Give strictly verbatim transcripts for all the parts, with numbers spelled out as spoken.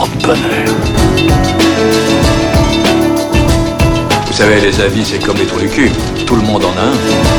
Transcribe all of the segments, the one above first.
porte-bonheur. Vous savez, les avis, c'est comme les trous du cul. Tout le monde en a un.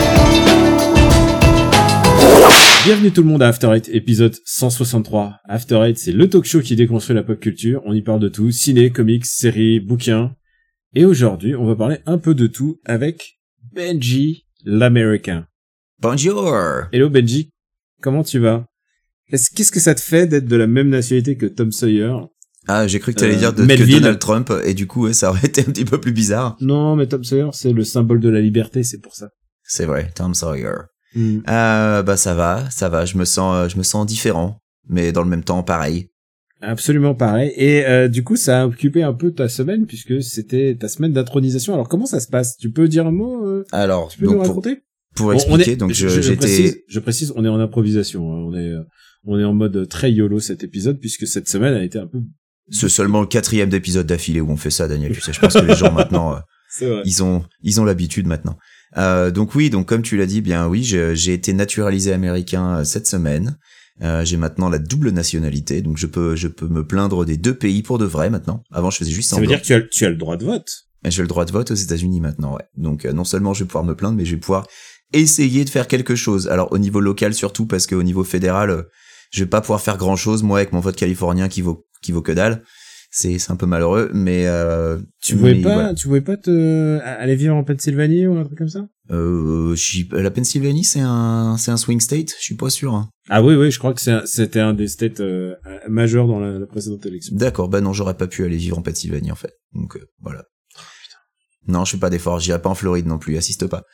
Bienvenue tout le monde à After Eight, épisode cent soixante-trois. After Eight, c'est le talk show qui déconstruit la pop culture. On y parle de tout, ciné, comics, séries, bouquins. Et aujourd'hui, on va parler un peu de tout avec Benji, l'Américain. Bonjour. Hello Benji, comment tu vas? Est-ce, qu'est-ce que ça te fait d'être de la même nationalité que Tom Sawyer? Ah, j'ai cru que t'allais euh, dire de, que Donald Trump, et du coup, ouais, ça aurait été un petit peu plus bizarre. Non, mais Tom Sawyer, c'est le symbole de la liberté, c'est pour ça. C'est vrai, Tom Sawyer. Mm. Euh, bah ça va, ça va, je me sens, je me sens différent, mais dans le même temps pareil. Absolument pareil. Et euh, du coup, ça a occupé un peu ta semaine, puisque c'était ta semaine d'intronisation. Alors, comment ça se passe? Tu peux dire un mot euh, Alors, tu peux donc, nous raconter? Pour, pour bon, expliquer, est, donc je, je, je, j'étais... précise, je précise, on est en improvisation. Hein. On est, euh, on est en mode très YOLO cet épisode, puisque cette semaine a été un peu... C'est seulement le quatrième épisode d'affilée où on fait ça, Daniel. Tu sais, je pense que les gens maintenant, euh, C'est vrai. ils ont, ils ont l'habitude maintenant. Euh, donc oui, donc comme tu l'as dit, bien oui, je, j'ai été naturalisé américain euh, cette semaine. Euh, j'ai maintenant la double nationalité, donc je peux, je peux me plaindre des deux pays pour de vrai maintenant. Avant, je faisais juste Ça semblant. veut dire que tu as, tu as le droit de vote. J'ai le droit de vote aux États-Unis maintenant, ouais. Donc euh, non seulement je vais pouvoir me plaindre, mais je vais pouvoir essayer de faire quelque chose. Alors au niveau local surtout, parce qu'au niveau fédéral, euh, je vais pas pouvoir faire grand-chose moi avec mon vote californien qui vaut, qui vaut que dalle. C'est, c'est un peu malheureux, mais euh, Tu voulais mais pas, voilà. tu voulais pas te aller vivre en Pennsylvanie ou un truc comme ça? Euh, je suis, la Pennsylvanie, c'est un, c'est un swing state. Je suis pas sûr. Hein. Ah oui, oui, je crois que c'est un, c'était un des states euh, majeurs dans la, la précédente élection. D'accord, bah non, j'aurais pas pu aller vivre en Pennsylvanie en fait. Donc euh, voilà. Non, je fais pas d'effort, j'irai pas en Floride non plus, assiste pas.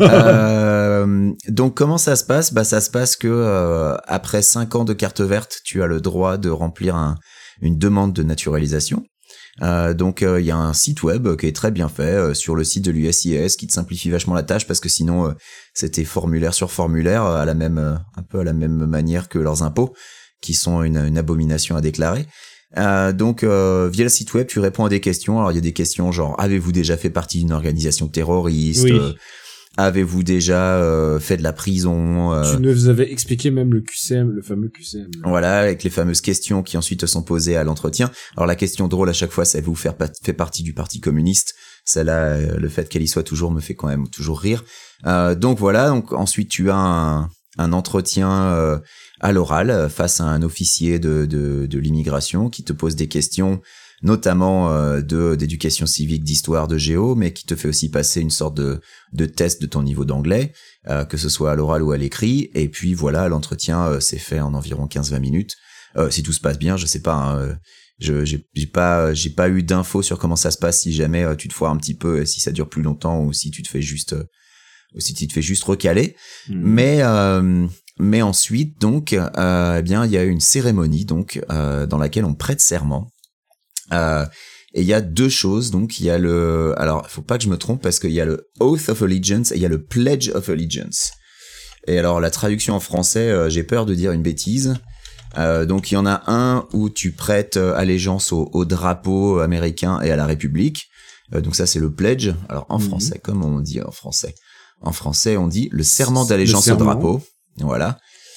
euh, donc comment ça se passe? Bah ça se passe que euh, après cinq ans de carte verte, tu as le droit de remplir un, une demande de naturalisation. Euh, donc il euh, y a un site web qui est très bien fait euh, sur le site de l'U S C I S qui te simplifie vachement la tâche parce que sinon euh, c'était formulaire sur formulaire à la même euh, un peu à la même manière que leurs impôts qui sont une, une abomination à déclarer. Euh, donc euh, via le site web tu réponds à des questions. Alors il y a des questions genre avez-vous déjà fait partie d'une organisation terroriste? Oui. euh, Avez-vous déjà euh, fait de la prison? euh, Tu nous avais expliqué même le Q C M, le fameux Q C M. Voilà, avec les fameuses questions qui ensuite sont posées à l'entretien. Alors la question drôle à chaque fois, c'est avez-vous fait, fait partie du Parti communiste? Celle-là, euh, le fait qu'elle y soit toujours me fait quand même toujours rire. Euh, donc voilà, donc ensuite tu as un, un entretien euh, à l'oral face à un officier de, de, de l'immigration qui te pose des questions, notamment euh, de d'éducation civique, d'histoire, de géo, mais qui te fait aussi passer une sorte de de test de ton niveau d'anglais, euh, que ce soit à l'oral ou à l'écrit. Et puis voilà, l'entretien euh, s'est fait en environ quinze vingt minutes. Euh, si tout se passe bien, je sais pas. Hein, je j'ai, j'ai pas j'ai pas eu d'infos sur comment ça se passe si jamais euh, tu te foires un petit peu, si ça dure plus longtemps ou si tu te fais juste euh, ou si tu te fais juste recaler. Mmh. Mais euh, mais ensuite donc euh, eh bien il y a une cérémonie donc euh, dans laquelle on prête serment. Euh, et il y a deux choses, donc il y a le, alors il faut pas que je me trompe parce qu'il y a le Oath of Allegiance et il y a le Pledge of Allegiance. Et alors la traduction en français, euh, j'ai peur de dire une bêtise. Euh, donc il y en a un où tu prêtes allégeance au, au drapeau américain et à la République. Euh, donc ça c'est le Pledge. Alors en mmh. français, comment on dit en français? En français on dit le serment d'allégeance le serment. au drapeau. Voilà.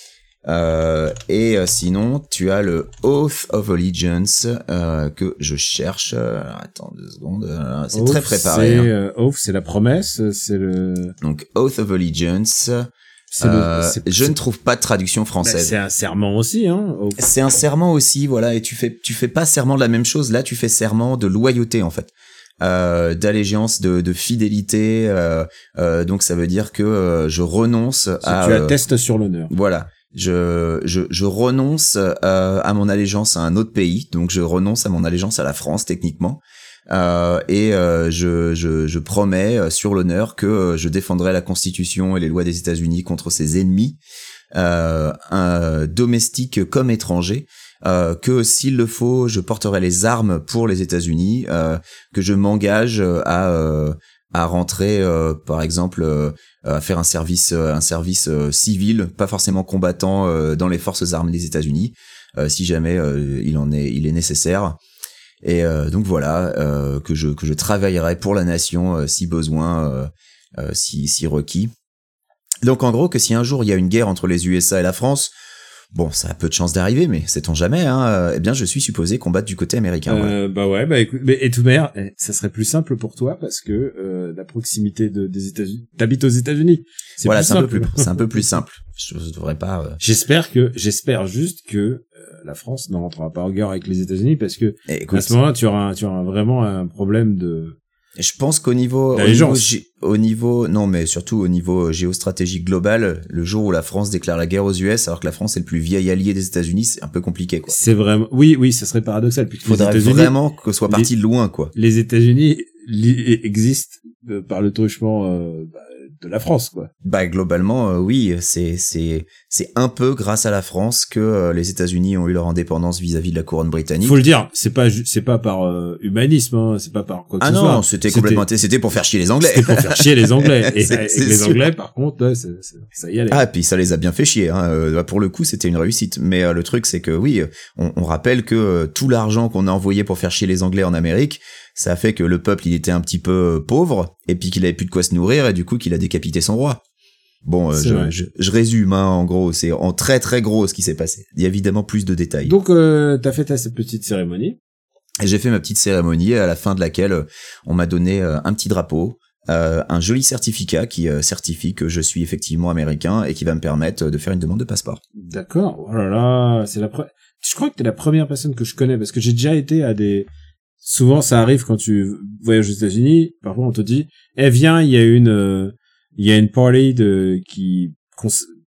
Euh, et euh, sinon, tu as le Oath of Allegiance euh, que je cherche. Euh, attends deux secondes. Euh, c'est Oath, très préparé. C'est, hein. euh, Oath, c'est la promesse. C'est le. Donc Oath of Allegiance. C'est euh, le, c'est, je c'est... ne trouve pas de traduction française. Bah, c'est un serment aussi, hein. Oath. C'est un serment aussi, voilà. Et tu fais, tu fais pas serment de la même chose. Là, tu fais serment de loyauté en fait. Euh, d'allégeance, de, de fidélité. Euh, euh, donc ça veut dire que euh, je renonce c'est à. Tu attestes euh, sur l'honneur. Voilà. Je, je, je renonce euh, à mon allégeance à un autre pays, donc je renonce à mon allégeance à la France techniquement, euh, et euh, je, je, je promets sur l'honneur que euh, je défendrai la Constitution et les lois des États-Unis contre ses ennemis, euh, un, domestiques comme étrangers, euh, que s'il le faut, je porterai les armes pour les États-Unis, euh, que je m'engage à euh, à rentrer euh, par exemple euh, à faire un service euh, un service euh, civil, pas forcément combattant euh, dans les forces armées des États-Unis, euh, si jamais euh, il en est il est nécessaire. Et euh, donc voilà, euh, que je que je travaillerai pour la nation euh, si besoin, euh, euh, si si requis. Donc en gros, que si un jour il y a une guerre entre les U S A et la France, Bon, ça a peu de chances d'arriver, mais sait-on jamais, hein. Eh bien, je suis supposé combattre du côté américain. Euh, ouais. Bah ouais, bah écoute, mais et tout manière, ça serait plus simple pour toi parce que euh, la proximité de, des États-Unis, t'habites aux États-Unis. C'est Voilà, plus c'est un simple. peu plus, c'est un peu plus simple. Je, je devrais pas. Euh... J'espère que, j'espère juste que euh, la France ne rentrera pas en guerre avec les États-Unis parce que Eh, écoute, à ce moment-là, tu auras, un, tu auras vraiment un problème de. je pense qu'au niveau, La au niveau, légence. gé- au niveau, non, mais surtout au niveau géostratégique global, le jour où la France déclare la guerre aux U S, alors que la France est le plus vieil allié des États-Unis, c'est un peu compliqué, quoi. C'est vraiment, oui, oui, ça serait paradoxal puisque Il faudrait les États-Unis, vraiment que ce soit parti de loin, quoi. les États-Unis li- existent euh, par le truchement euh, bah, de la France, quoi. Bah globalement, euh, oui, c'est c'est c'est un peu grâce à la France que euh, les États-Unis ont eu leur indépendance vis-à-vis de la couronne britannique. Faut le dire, c'est pas, ju- c'est pas par euh, humanisme, hein, c'est pas par quoi que Ah ce non, soit. c'était complètement, c'était pour faire chier les Anglais. C'était pour faire chier les Anglais. Et C'est- avec c'est les sûr. Anglais, par contre, ouais, c'est- c'est- ça y allait. Ah, puis ça les a bien fait chier. Hein. Euh, bah, pour le coup, c'était une réussite. Mais euh, le truc, c'est que oui, euh, on, on rappelle que euh, tout l'argent qu'on a envoyé pour faire chier les Anglais en Amérique, ça a fait que le peuple, il était un petit peu euh, pauvre, et puis qu'il avait plus de quoi se nourrir, et du coup, qu'il a décapité son roi. Bon, euh, C'est je, vrai. je, je résume, hein, en gros, c'est en très très gros ce qui s'est passé. Il y a évidemment plus de détails. Donc, euh, t'as fait ta cette petite cérémonie. Et j'ai fait ma petite cérémonie à la fin de laquelle euh, on m'a donné euh, un petit drapeau, euh, un joli certificat qui euh, certifie que je suis effectivement américain et qui va me permettre de faire une demande de passeport. D'accord. Oh là là, c'est la pre... Je crois que t'es la première personne que je connais parce que j'ai déjà été à des. Souvent, ça arrive quand tu voyages aux États-Unis. Parfois, on te dit, eh viens, il y a une, euh, il y a une party de qui cons-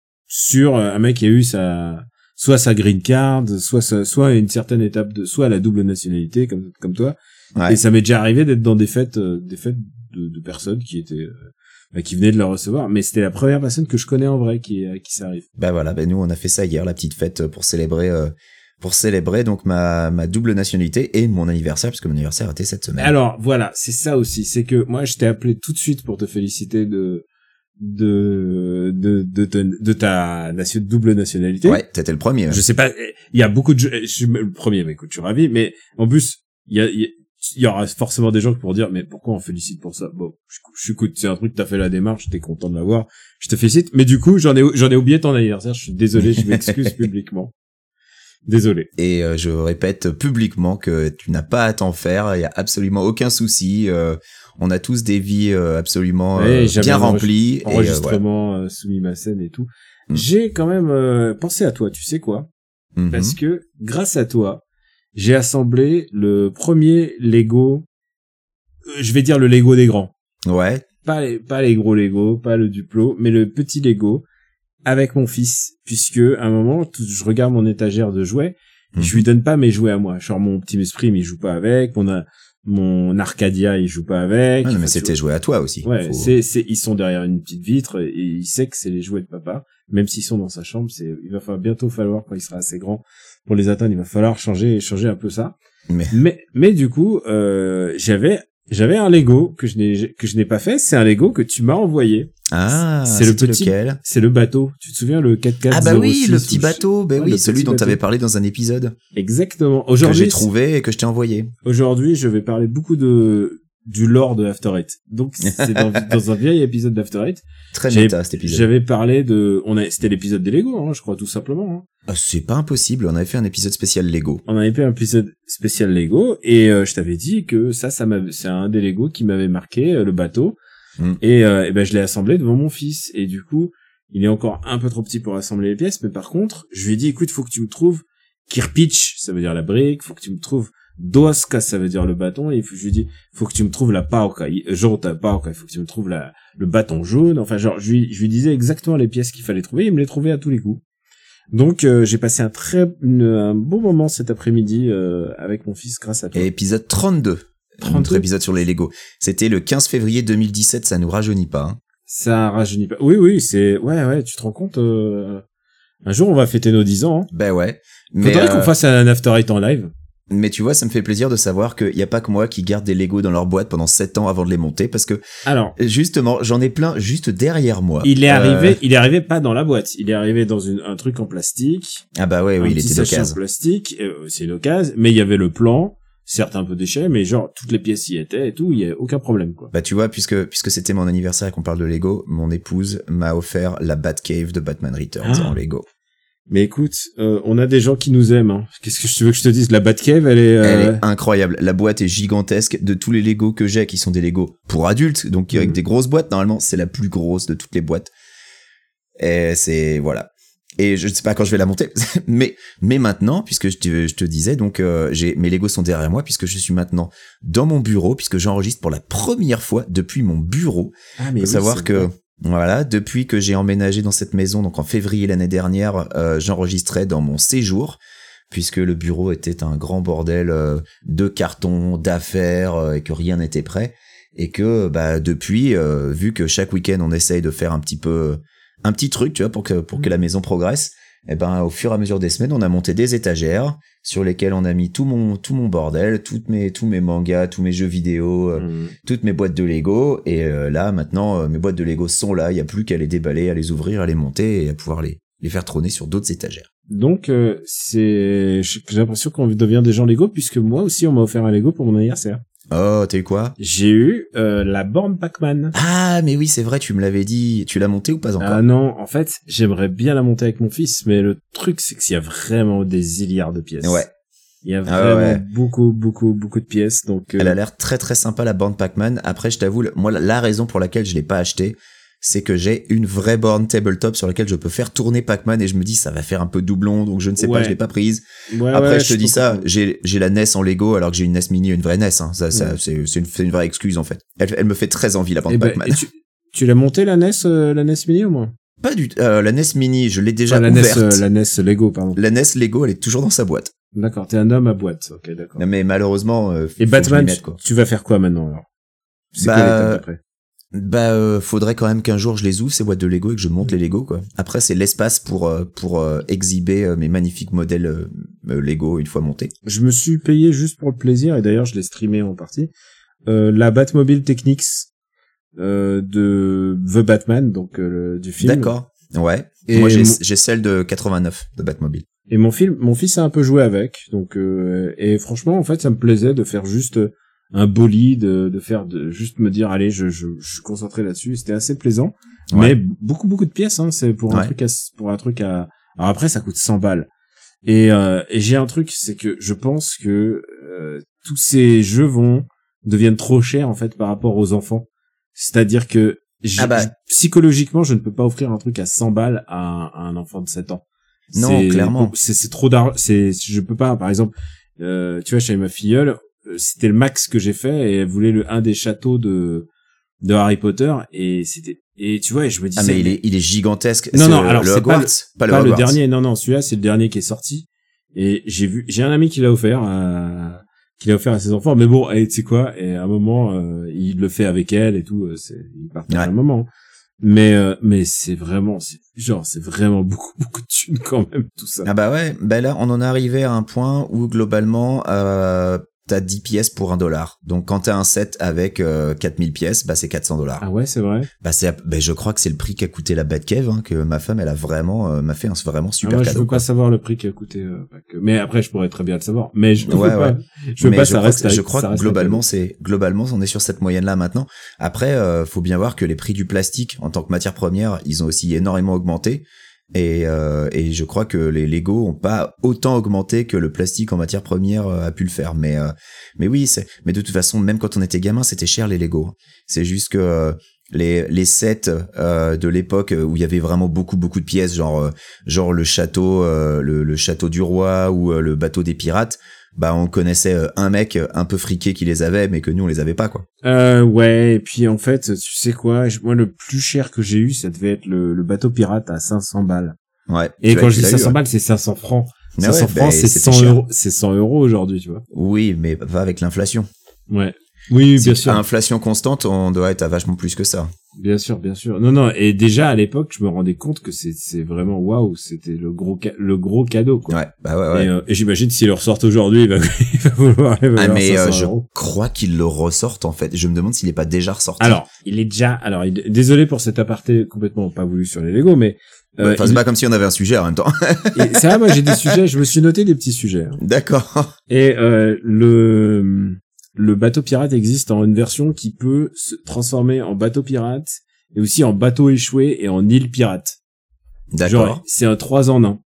sur un mec qui a eu sa soit sa green card, soit sa, soit une certaine étape de soit la double nationalité comme comme toi. Ouais. Et ça m'est déjà arrivé d'être dans des fêtes, euh, des fêtes de, de personnes qui étaient, euh, bah, qui venaient de le recevoir. Mais c'était la première personne que je connais en vrai qui, à qui ça arrive. Bah voilà, bah nous on a fait ça hier, la petite fête pour célébrer, euh, pour célébrer donc ma ma double nationalité et mon anniversaire, puisque mon anniversaire était cette semaine. Alors voilà, c'est ça aussi, c'est que moi je t'ai appelé tout de suite pour te féliciter de de de de, de, de ta nation, double nationalité. Ouais, t'étais le premier. Je sais pas, il y a beaucoup de je je suis le premier, mais écoute, je suis ravi, mais en plus il y a, il y a il y aura forcément des gens qui pourront dire mais pourquoi on félicite pour ça. Bon, je, je écoute, c'est un truc, t'as fait la démarche, t'es content de l'avoir, je te félicite, mais du coup j'en ai j'en ai oublié ton anniversaire, je suis désolé, je m'excuse publiquement. Désolé. Et euh, je répète publiquement que tu n'as pas à t'en faire, il y a absolument aucun souci. Euh, on a tous des vies euh, absolument euh, Ouais, j'avais bien un enregistre- remplies. Et, euh, voilà. Enregistrement euh, sous ma scène et tout. Mm. J'ai quand même euh, pensé à toi, tu sais quoi? Mhm. Parce que grâce à toi, j'ai assemblé le premier Lego. euh, je vais dire le Lego des grands. Ouais. Pas les, pas les gros Lego, pas le Duplo, mais le petit Lego avec mon fils, puisque à un moment, tout- je regarde mon étagère de jouets, et Mhm. je lui donne pas mes jouets à moi. Genre mon petit Esprit, il joue pas avec, mon a- mon Arcadia, il joue pas avec. Ah, non, mais Enfin, tu c'était joué à toi aussi. Ouais, Faut- c'est, c'est, ils sont derrière une petite vitre et il sait que c'est les jouets de papa, même s'ils sont dans sa chambre. C'est, il va falloir bientôt falloir quand il sera assez grand pour les atteindre, il va falloir changer, changer un peu ça. Mais Mais, mais du coup, euh, j'avais, j'avais un Lego que je n'ai, que je n'ai pas fait. C'est un Lego que tu m'as envoyé. ah, c'est le c'était petit- lequel? C'est le bateau. Tu te souviens le quatre quatre Ah bah oui, zéro six le petit ou- bateau. Bah Ouais, oui, le celui petit dont bateau. t'avais parlé dans un épisode Exactement. que Aujourd'hui, j'ai trouvé et que je t'ai envoyé. Aujourd'hui, je vais parler beaucoup de du lore de After Eight. Donc, c'est dans, dans un vieil épisode d'After Eight. Très J'avais- méta cet épisode. J'avais parlé de, on a, c'était l'épisode des Lego, hein, je crois, tout simplement. Hein. Ah, c'est pas impossible, on avait fait un épisode spécial Lego. On avait fait un épisode spécial Lego et euh, je t'avais dit que ça, ça m'avait, c'est un des Lego qui m'avait marqué, euh, le bateau. Mm. Et, euh, et ben, je l'ai assemblé devant mon fils. Et du coup, il est encore un peu trop petit pour assembler les pièces, mais par contre, je lui ai dit, écoute, faut que tu me trouves Kirpich, ça veut dire la brique, faut que tu me trouves Doska, ça veut dire le bâton, et je lui dis, faut que tu me trouves la pauka, Jota pauka, il faut que tu me trouves la, le bâton jaune, enfin, genre, je lui, je lui disais exactement les pièces qu'il fallait trouver, il me les trouvait à tous les coups. Donc, euh, j'ai passé un très, une- un bon moment cet après-midi, euh, avec mon fils grâce à toi. Et épisode trente-deux. trente-deux. Notre épisode sur les Lego. C'était le quinze février deux mille dix-sept, ça nous rajeunit pas. Hein. Ça rajeunit pas. Oui, oui, c'est, ouais, ouais, tu te rends compte, euh, un jour, on va fêter nos dix ans, hein. Ben ouais. Mais, Faudrait euh, qu'on fasse un After Eight en live. mais tu vois, ça me fait plaisir de savoir qu'il y a pas que moi qui garde des Lego dans leur boîte pendant sept ans avant de les monter, parce que Alors, justement, j'en ai plein juste derrière moi. il est Euh, arrivé, il est arrivé pas dans la boîte, il est arrivé dans une, un truc en plastique. Ah bah ouais, un oui, il petit était sachet en d'occasion. plastique, euh, c'est l'occasion, mais il y avait le plan, certes un peu déchet, mais genre toutes les pièces y étaient et tout, il y a aucun problème quoi. Bah tu vois, puisque puisque c'était mon anniversaire et qu'on parle de Lego, mon épouse m'a offert la Batcave de Batman Returns Ah. en Lego. Mais écoute, euh, on a des gens qui nous aiment. Hein. Qu'est-ce que je veux que je te dise? La Batcave, elle est... Euh... Elle est incroyable. La boîte est gigantesque. De tous les Lego que j'ai, qui sont des Lego pour adultes, donc avec mmh. des grosses boîtes, normalement, c'est la plus grosse de toutes les boîtes. Et c'est... Voilà. Et je ne sais pas quand je vais la monter. mais mais maintenant, puisque je te, je te disais, donc euh, j'ai mes Legos sont derrière moi, puisque je suis maintenant dans mon bureau, puisque j'enregistre pour la première fois depuis mon bureau. Ah, mais faut oui, savoir que... Bon. Voilà, depuis que j'ai emménagé dans cette maison, donc en février l'année dernière, euh, j'enregistrais dans mon séjour, puisque le bureau était un grand bordel euh, de cartons, d'affaires, euh, et que rien n'était prêt, et que bah depuis, euh, vu que chaque week-end on essaye de faire un petit peu, un petit truc, tu vois, pour que pour que la maison progresse, et ben au fur et à mesure des semaines, on a monté des étagères sur lesquelles on a mis tout mon tout mon bordel, toutes mes tous mes mangas, tous mes jeux vidéo, euh, mmh. toutes mes boîtes de Lego, et euh, là maintenant euh, mes boîtes de Lego sont là, il y a plus qu'à les déballer, à les ouvrir, à les monter et à pouvoir les les faire trôner sur d'autres étagères. Donc euh, c'est j'ai l'impression qu'on devient des gens Lego, puisque moi aussi on m'a offert un Lego pour mon anniversaire. Oh, t'as eu quoi? J'ai eu euh, la borne Pac-Man. Ah, mais oui, c'est vrai, tu me l'avais dit. Tu l'as montée ou pas encore? Ah non, en fait, j'aimerais bien la monter avec mon fils, mais le truc, c'est qu'il y a vraiment des zilliards de pièces. Ouais. Il y a vraiment ah ouais. beaucoup, beaucoup, beaucoup de pièces, donc... Euh... Elle a l'air très, très sympa, la borne Pac-Man. Après, je t'avoue, moi, la raison pour laquelle je l'ai pas acheté, c'est que j'ai une vraie borne tabletop sur laquelle je peux faire tourner Pac-Man, et je me dis ça va faire un peu doublon, donc je ne sais ouais. pas, je l'ai pas prise. Ouais, Après ouais, je te je dis ça, j'ai j'ai la N E S en Lego alors que j'ai une N E S mini, une vraie N E S. Hein. Ça, ça ouais. c'est c'est une, c'est une vraie excuse en fait. Elle, elle me fait très envie la borne et Pac-Man. Bah, tu, tu l'as montée la N E S, euh, la N E S mini au moins? Pas du euh, la N E S mini, je l'ai déjà enfin, la ouverte. N E S, euh, la N E S Lego, pardon. La N E S Lego, elle est toujours dans sa boîte. D'accord, t'es un homme à boîte. Ok, d'accord. Non, mais malheureusement. Euh, et Batman, mette, quoi. Tu vas faire quoi maintenant alors? C'est bah, quoi l'étape d'après? Bah euh, faudrait quand même qu'un jour je les ouvre ces boîtes de Lego et que je monte les Lego quoi. Après c'est l'espace pour euh, pour euh, exhiber euh, mes magnifiques modèles euh, Lego une fois montés. Je me suis payé juste pour le plaisir, et d'ailleurs je l'ai streamé en partie, euh, la Batmobile Technics euh, de The Batman, donc euh, du film. D'accord. Ouais. Et moi j'ai mon... j'ai celle de quatre-vingt-neuf de Batmobile. Et mon film, mon fils a un peu joué avec, donc euh, et franchement en fait ça me plaisait de faire juste un bolide, de, de faire de juste me dire allez je je, je suis concentré là-dessus, c'était assez plaisant. Ouais. Mais beaucoup beaucoup de pièces hein, c'est pour un ouais. truc à, pour un truc à alors après ça coûte cent balles. Et euh, et j'ai un truc, c'est que je pense que euh, tous ces jeux vont deviennent trop chers en fait par rapport aux enfants. C'est-à-dire que ah bah. psychologiquement, je ne peux pas offrir un truc à cent balles à un, à un enfant de sept ans. Non, c'est, clairement. C'est c'est trop d'argent, c'est je peux pas par exemple euh, tu vois, chez ma filleule, c'était le max que j'ai fait, et elle voulait le un des châteaux de de Harry Potter, et c'était et tu vois, et je me disais ah mais il est il est gigantesque. Non non, le, alors le c'est Hogwarts, pas le, pas, pas le, le dernier, non non, celui-là c'est le dernier qui est sorti, et j'ai vu j'ai un ami qui l'a offert à qu'il a offert à ses enfants, mais bon, et tu sais quoi, et à un moment euh, il le fait avec elle et tout, c'est il partage ouais. un moment. Mais euh, mais c'est vraiment c'est genre c'est vraiment beaucoup beaucoup de thunes quand même tout ça. Ah bah ouais, bah là on en est arrivé à un point où globalement euh t'as dix pièces pour un dollar. Donc quand t'as un set avec euh, quatre mille pièces, bah c'est quatre cents dollars. Ah ouais, c'est vrai. Bah c'est bah je crois que c'est le prix qu'a coûté la Batcave hein, que ma femme elle a vraiment euh, m'a fait un vraiment super ah moi, cadeau. Je veux quoi. pas savoir le prix qu'a coûté euh, mais après je pourrais très bien le savoir. Mais je ouais, veux ouais. pas je veux mais pas je ça crois reste que, je crois ça que globalement c'est globalement on est sur cette moyenne là maintenant. Après euh, faut bien voir que les prix du plastique en tant que matière première, ils ont aussi énormément augmenté. Et, euh, et je crois que les Lego ont pas autant augmenté que le plastique en matière première a pu le faire. Mais euh, mais oui, c'est. Mais de toute façon, même quand on était gamin, c'était cher les Lego. C'est juste que euh, les les sets euh, de l'époque où il y avait vraiment beaucoup beaucoup de pièces, genre euh, genre le château euh, le, le château du roi ou euh, le bateau des pirates. Bah on connaissait un mec un peu friqué qui les avait, mais que nous on les avait pas quoi. Euh ouais, et puis en fait tu sais quoi, moi le plus cher que j'ai eu ça devait être le, le bateau pirate à cinq cents balles. Ouais. Et quand je dis cinq cents balles, c'est cinq cents francs. Mais cinq cents ouais, francs, bah, c'est cent euros, c'est cent euros aujourd'hui, tu vois. Oui, mais va avec l'inflation. Ouais. Oui, si bien sûr. À inflation constante, on doit être à vachement plus que ça. Bien sûr, bien sûr. Non, non. Et déjà à l'époque, je me rendais compte que c'est, c'est vraiment waouh. C'était le gros, ca- le gros cadeau, quoi. Ouais, bah ouais, ouais. Et, euh, et j'imagine s'ils le ressortent aujourd'hui, il va, il va vouloir. Il va ah mais euh, je euros. crois qu'ils le ressortent en fait. Je me demande s'il est pas déjà ressorti. Alors, il est déjà. Alors, il... désolé pour cet aparté complètement pas voulu sur les Lego, mais. Euh, enfin, c'est il... pas comme si on avait un sujet en même temps. Et c'est vrai, moi j'ai des sujets. Je me suis noté des petits sujets. Hein. D'accord. Et euh, le le bateau pirate existe en une version qui peut se transformer en bateau pirate et aussi en bateau échoué et en île pirate. D'accord. Genre, c'est un trois en un.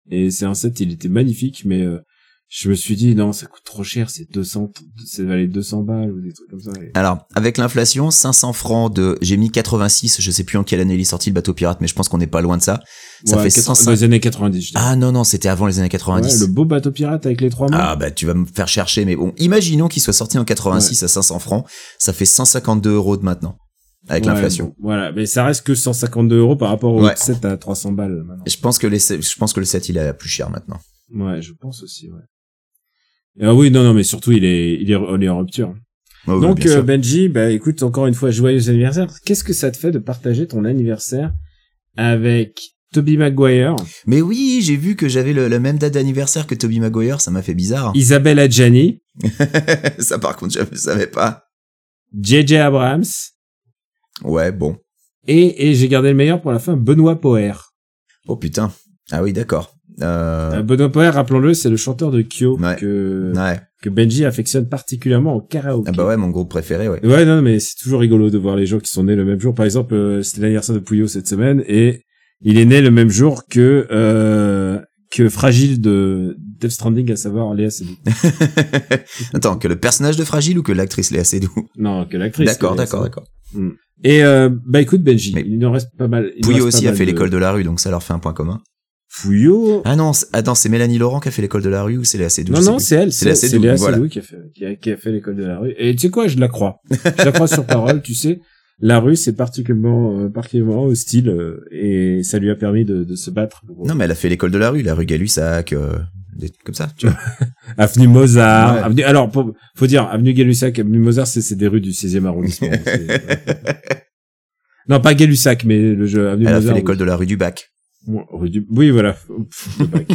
Et c'est un set, il était magnifique, mais euh, je me suis dit, non, ça coûte trop cher, c'est deux cents, ça valait deux cents balles ou des trucs comme ça. Et... Alors, avec l'inflation, cinq cents francs de, j'ai mis quatre-vingt-six, je sais plus en quelle année il est sorti le bateau pirate, mais je pense qu'on n'est pas loin de ça. Ça ouais, fait quatre-vingts, cent cinq... dans les années quatre-vingt-dix, je dirais. Ah non, non, c'était avant les années quatre-vingt-dix. Ouais, le beau bateau pirate avec les trois mains. Ah bah, tu vas me faire chercher, mais bon, imaginons qu'il soit sorti en quatre-vingt-six ouais. à cinq cents francs, ça fait cent cinquante-deux euros de maintenant. Avec ouais, l'inflation. Bon, voilà, mais ça reste que cent cinquante-deux euros par rapport au ouais. set à trois cents balles maintenant. Je pense que les, je pense que le set il est plus cher maintenant. Ouais, je pense aussi, ouais. Et, ah oui, non, non, mais surtout il est, il est, on est en rupture. Oh, oui, donc euh, Benji, bah écoute, encore une fois, joyeux anniversaire. Qu'est-ce que ça te fait de partager ton anniversaire avec Tobey Maguire? Mais oui, j'ai vu que j'avais le, la même date d'anniversaire que Tobey Maguire, ça m'a fait bizarre. Isabelle Adjani. Ça par contre, je ne savais pas. J J Abrams. Ouais, bon. Et, et j'ai gardé le meilleur pour la fin, Benoît Poher. Oh putain. Ah oui, d'accord. Euh... Euh, Benoît Poher, rappelons-le, c'est le chanteur de Kyo ouais. que ouais. que Benji affectionne particulièrement au karaoké. Ah bah ouais, mon groupe préféré, ouais. Ouais, non, mais c'est toujours rigolo de voir les gens qui sont nés le même jour. Par exemple, euh, c'était l'anniversaire de Pouillot cette semaine et il est né le même jour que euh, que Fragile de Death Stranding, à savoir Léa Seydoux. Attends, que le personnage de Fragile ou que l'actrice Léa Seydoux? Non, que l'actrice. D'accord, d'accord, d'accord. Mm. Et euh, bah écoute Benji, mais il en reste pas mal. Pouillot aussi a fait de... l'école de la rue, donc ça leur fait un point commun. Pouillot. Ah non, attends, c'est Mélanie Laurent qui a fait l'école de la rue ou c'est Léa Seydoux? Non non, c'est elle, c'est, c'est Léa Seydoux voilà. qui a fait qui a, qui a fait l'école de la rue. Et tu sais quoi, je la crois. Je la crois sur parole, tu sais. La rue, c'est particulièrement, euh, particulièrement hostile euh, et ça lui a permis de, de se battre. Pour... Non, mais elle a fait l'école de la rue, la rue Gay-Lussac, euh, des trucs comme ça, tu vois. Avenue Mozart. Ouais. Avenue, alors, pour, faut dire, Avenue Gay-Lussac, Avenue Mozart, c'est, c'est des rues du seizième arrondissement. Non, pas Gay-Lussac, mais le jeu Avenue elle Mozart. Elle a fait l'école oui. de la rue du Bac. Ouais, rue du, oui, voilà. Pff, le Bac.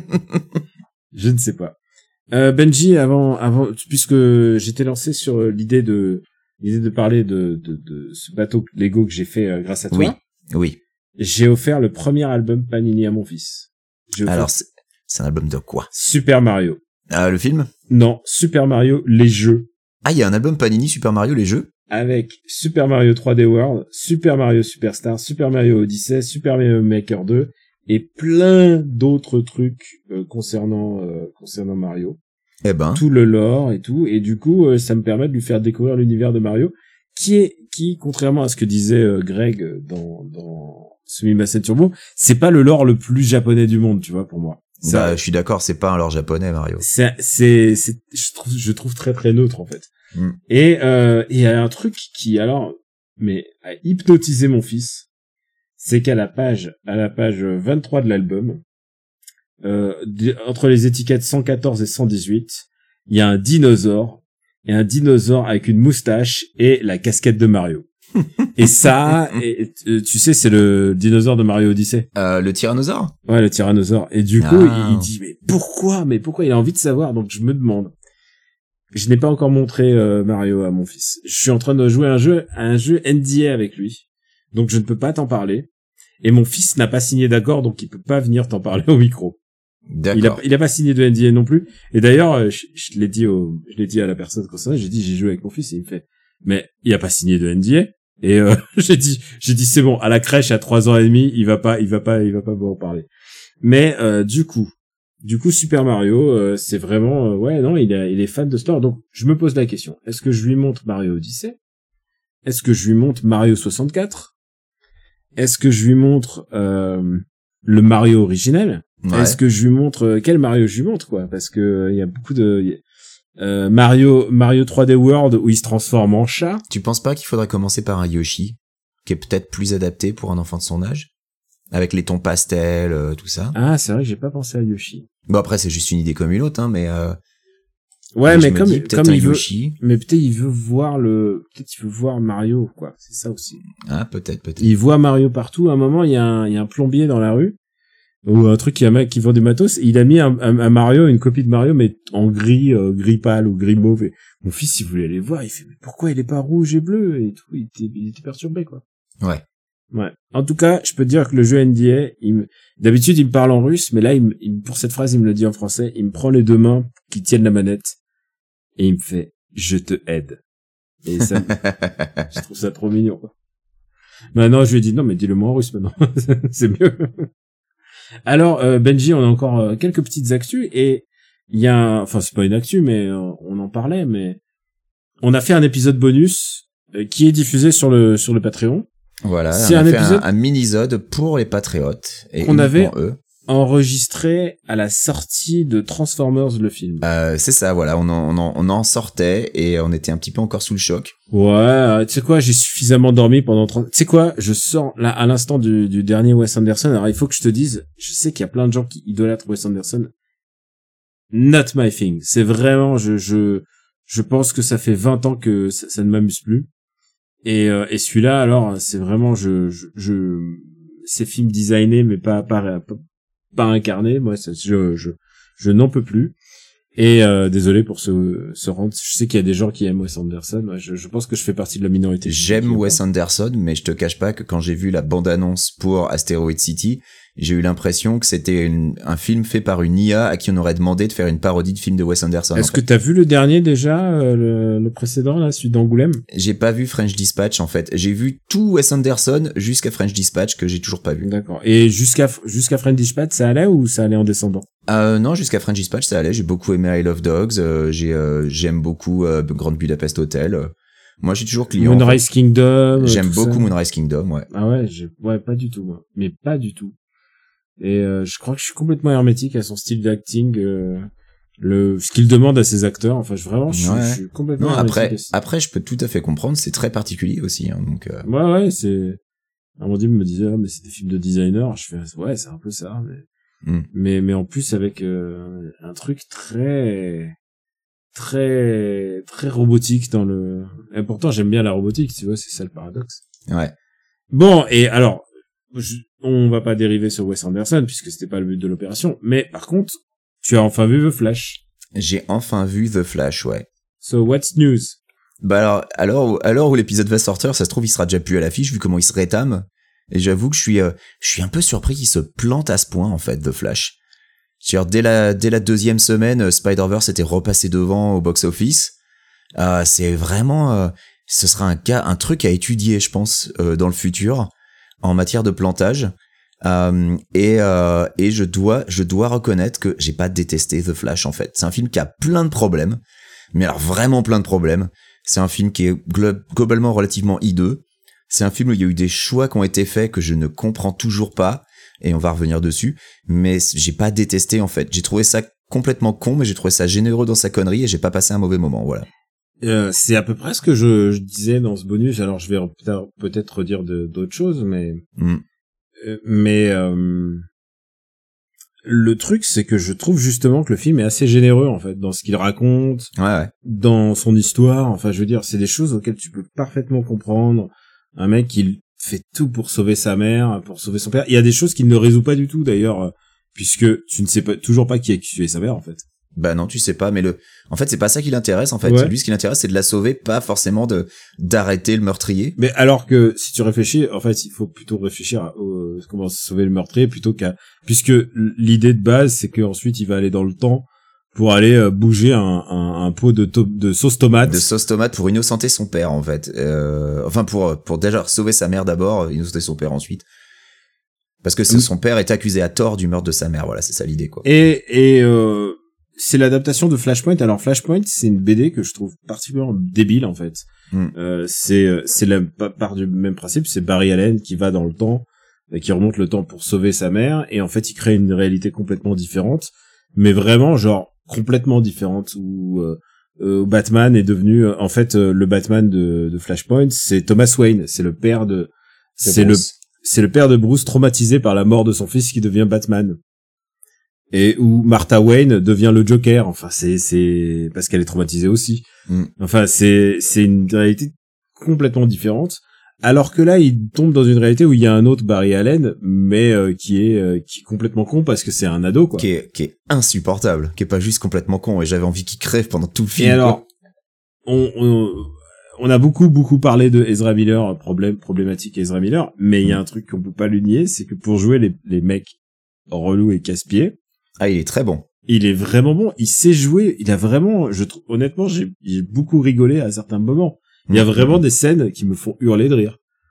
Je ne sais pas. Euh, Benji, avant, avant, puisque j'étais lancé sur l'idée de, l'idée de parler de, de, de ce bateau Lego que j'ai fait euh, grâce à toi. Oui, oui. J'ai offert le premier album Panini à mon fils. Alors, c'est, c'est un album de quoi? Super Mario. Ah, le film? Non, Super Mario, les jeux. Ah, il y a un album Panini Super Mario, les jeux? Avec Super Mario trois D World, Super Mario Superstar, Super Mario Odyssey, Super Mario Maker deux, et plein d'autres trucs euh, concernant, euh, concernant Mario. Eh ben. Tout le lore et tout, et du coup, euh, ça me permet de lui faire découvrir l'univers de Mario, qui est, qui, contrairement à ce que disait euh, Greg dans, dans Sumimasen Turbo, c'est pas le lore le plus japonais du monde, tu vois, pour moi. Ça, bah, je suis d'accord, c'est pas un lore japonais, Mario. C'est, c'est, c'est, je trouve, je trouve très très neutre, en fait. Mm. Et, euh, il y a un truc qui, alors, mais, a hypnotisé mon fils, c'est qu'à la page, à la page vingt-trois de l'album, Euh, entre les étiquettes cent quatorze et cent dix-huit, il y a un dinosaure, et un dinosaure avec une moustache et la casquette de Mario. Et ça, et, et, tu sais, c'est le dinosaure de Mario Odyssey. Euh, le tyrannosaure? Ouais, le tyrannosaure. Et du coup, ah. il, il dit, mais pourquoi? Mais pourquoi? Il a envie de savoir, donc je me demande. Je n'ai pas encore montré euh, Mario à mon fils. Je suis en train de jouer à un jeu, à un jeu N D A avec lui. Donc je ne peux pas t'en parler. Et mon fils n'a pas signé d'accord, donc il peut pas venir t'en parler au micro. D'accord. Il a, il a pas signé de N D A non plus. Et d'ailleurs, je, je l'ai dit au, je l'ai dit à la personne concernée, j'ai dit, j'ai joué avec mon fils, et il me fait, mais il a pas signé de N D A. Et, euh, j'ai dit, j'ai dit, c'est bon, à la crèche, à trois ans et demi, il va pas, il va pas, il va pas m'en parler. Mais, euh, du coup, du coup, Super Mario, euh, c'est vraiment, euh, ouais, non, il est, il est fan de ce lore. Donc, je me pose la question. Est-ce que je lui montre Mario Odyssey? Est-ce que je lui montre Mario soixante-quatre? Est-ce que je lui montre, euh, le Mario originel? Ouais. Est-ce que je lui montre quel Mario je lui montre quoi? Parce que il y a beaucoup de y a, euh, Mario Mario trois D World où il se transforme en chat. Tu penses pas qu'il faudrait commencer par un Yoshi qui est peut-être plus adapté pour un enfant de son âge avec les tons pastels euh, tout ça? Ah, c'est vrai que j'ai pas pensé à Yoshi. Bon après c'est juste une idée comme une autre hein mais euh, ouais mais comme dis, comme il veut Yoshi. Mais peut-être il veut voir le peut-être il veut voir Mario quoi, c'est ça aussi. Ah peut-être peut-être. Il voit Mario partout, à un moment il y a un il y a un plombier dans la rue. Ou un truc qui a un mec qui vend du matos, il a mis un, un, un Mario, une copie de Mario, mais en gris, euh, gris pâle ou gris mauve. Et mon fils, il voulait aller voir, il fait, mais pourquoi il est pas rouge et bleu? Et tout, il était, il était perturbé, quoi. Ouais. Ouais. En tout cas, je peux te dire que le jeu N D A, il me, d'habitude, il me parle en russe, mais là, il me, il, pour cette phrase, il me le dit en français, il me prend les deux mains qui tiennent la manette, et il me fait, je te aide. Et ça, je trouve ça trop mignon, quoi. Maintenant, je lui ai dit, non, mais dis-le moi en russe, maintenant. C'est mieux. Alors, euh, Benji, on a encore euh, quelques petites actus et il y a, un... enfin c'est pas une actu, mais euh, on en parlait, mais on a fait un épisode bonus euh, qui est diffusé sur le sur le Patreon. Voilà, c'est on a un fait épisode un, un mini-sode pour les patriotes et qu'on avait eux. enregistré à la sortie de Transformers le film. Euh, c'est ça, voilà, on en, on en on en sortait et on était un petit peu encore sous le choc. Ouais, tu sais quoi, j'ai suffisamment dormi pendant trente... Tu sais quoi, je sors là à l'instant du, du dernier Wes Anderson. Alors il faut que je te dise, je sais qu'il y a plein de gens qui idolâtrent Wes Anderson. Not my thing. C'est vraiment, je je je pense que ça fait vingt ans que ça, ça ne m'amuse plus. Et euh, et celui-là, alors c'est vraiment, je je, je ces films designés mais pas pas pas, pas incarnés. Moi, ça, je je je n'en peux plus. Et euh, désolé pour ce ce rant. Je sais qu'il y a des gens qui aiment Wes Anderson. Je, je pense que je fais partie de la minorité. J'aime Wes Anderson, mais je te cache pas que quand j'ai vu la bande-annonce pour Asteroid City, j'ai eu l'impression que c'était une, un film fait par une I A à qui on aurait demandé de faire une parodie de film de Wes Anderson. Est-ce que t'as vu le dernier déjà, euh, le, le précédent là, celui d'Angoulême? J'ai pas vu French Dispatch en fait. J'ai vu tout Wes Anderson jusqu'à French Dispatch que j'ai toujours pas vu. D'accord. Et jusqu'à jusqu'à French Dispatch, ça allait ou ça allait en descendant? Euh, non, jusqu'à French Dispatch, ça allait. J'ai beaucoup aimé I Love Dogs. Euh, j'ai, euh, j'aime beaucoup euh, Grand Budapest Hotel. Euh, moi, je suis toujours client. Moonrise en fait. Kingdom. J'aime beaucoup ça. Moonrise Kingdom, ouais. Ah ouais, j'ai, ouais, pas du tout, moi. Mais pas du tout. Et euh, je crois que je suis complètement hermétique à son style d'acting, euh, le ce qu'il demande à ses acteurs. Enfin, je, vraiment, je, ouais. je suis complètement. Non, hermétique après, après, je peux tout à fait comprendre. C'est très particulier aussi, hein, donc. Euh... Ouais, ouais, c'est. Amandine me disait, ah, mais c'est des films de designer. Je fais, ouais, c'est un peu ça, mais. Mm. Mais mais en plus avec euh, un truc très très très robotique dans le. Et pourtant j'aime bien la robotique, tu vois, c'est ça le paradoxe. Ouais. Bon, et alors je, on va pas dériver sur Wes Anderson puisque c'était pas le but de l'opération, mais par contre tu as enfin vu The Flash. J'ai enfin vu The Flash, ouais. So what's news? Bah alors alors à l'heure où l'épisode va sortir, ça se trouve il sera déjà plus à l'affiche vu comment il se rétame. Et j'avoue que je suis, euh, je suis un peu surpris qu'il se plante à ce point, en fait, The Flash. C'est-à-dire, dès la, dès la deuxième semaine, Spider-Verse était repassé devant au box-office. Euh, c'est vraiment, euh, ce sera un cas, un truc à étudier, je pense, euh, dans le futur, en matière de plantage. Euh, et, euh, et je dois, je dois reconnaître que j'ai pas détesté The Flash, en fait. C'est un film qui a plein de problèmes. Mais alors, vraiment plein de problèmes. C'est un film qui est glo- globalement relativement hideux. C'est un film où il y a eu des choix qui ont été faits que je ne comprends toujours pas, et on va revenir dessus, mais j'ai pas détesté en fait. J'ai trouvé ça complètement con, mais j'ai trouvé ça généreux dans sa connerie et j'ai pas passé un mauvais moment, voilà. Euh, c'est à peu près ce que je, je disais dans ce bonus, alors je vais peut-être, peut-être redire de, d'autres choses, mais... Mm. Euh, mais... Euh, le truc, c'est que je trouve justement que le film est assez généreux en fait, dans ce qu'il raconte, ouais, ouais. dans son histoire, enfin je veux dire, c'est des choses auxquelles tu peux parfaitement comprendre. Un mec qui fait tout pour sauver sa mère, pour sauver son père. Il y a des choses qu'il ne résout pas du tout d'ailleurs, puisque tu ne sais pas toujours pas qui a tué sa mère en fait. Bah non, tu sais pas, mais le, en fait c'est pas ça qui l'intéresse en fait. Ouais. Lui ce qui l'intéresse c'est de la sauver, pas forcément de d'arrêter le meurtrier. Mais alors que si tu réfléchis, en fait il faut plutôt réfléchir à euh, comment sauver le meurtrier plutôt qu'à, puisque l'idée de base c'est qu'ensuite il va aller dans le temps pour aller euh, bouger un, un, un pot de, to- de sauce tomate. De sauce tomate pour innocenter son père, en fait. Euh, enfin, pour, pour déjà sauver sa mère d'abord, innocenter son père ensuite. Parce que c'est, mmh. son père est accusé à tort du meurtre de sa mère, voilà, c'est ça l'idée, quoi. Et, et, euh, c'est l'adaptation de Flashpoint. Alors, Flashpoint, c'est une B D que je trouve particulièrement débile, en fait. Mmh. Euh, c'est, c'est la part du même principe, c'est Barry Allen qui va dans le temps, qui remonte le temps pour sauver sa mère, et en fait, il crée une réalité complètement différente. Mais vraiment, genre, complètement différente où euh, euh, Batman est devenu euh, en fait euh, le Batman de, de Flashpoint, c'est Thomas Wayne, c'est le père de c'est, c'est le c'est le père de Bruce traumatisé par la mort de son fils qui devient Batman. Et où Martha Wayne devient le Joker, enfin c'est c'est parce qu'elle est traumatisée aussi. Mm. Enfin c'est c'est une réalité complètement différente. Alors que là, il tombe dans une réalité où il y a un autre Barry Allen, mais euh, qui est euh, qui est complètement con parce que c'est un ado, quoi. Qui est qui est insupportable, qui est pas juste complètement con. Et j'avais envie qu'il crève pendant tout le film. Et alors, on, on on a beaucoup beaucoup parlé de Ezra Miller, problème problématique Ezra Miller, mais il y a un truc qu'on peut pas lui nier, c'est que pour jouer les les mecs relous et casse-pieds, ah il est très bon. Il est vraiment bon. Il sait jouer. Il a vraiment, je trouve, honnêtement, j'ai j'ai beaucoup rigolé à certains moments. Il y a vraiment des scènes qui me font hurler de rire.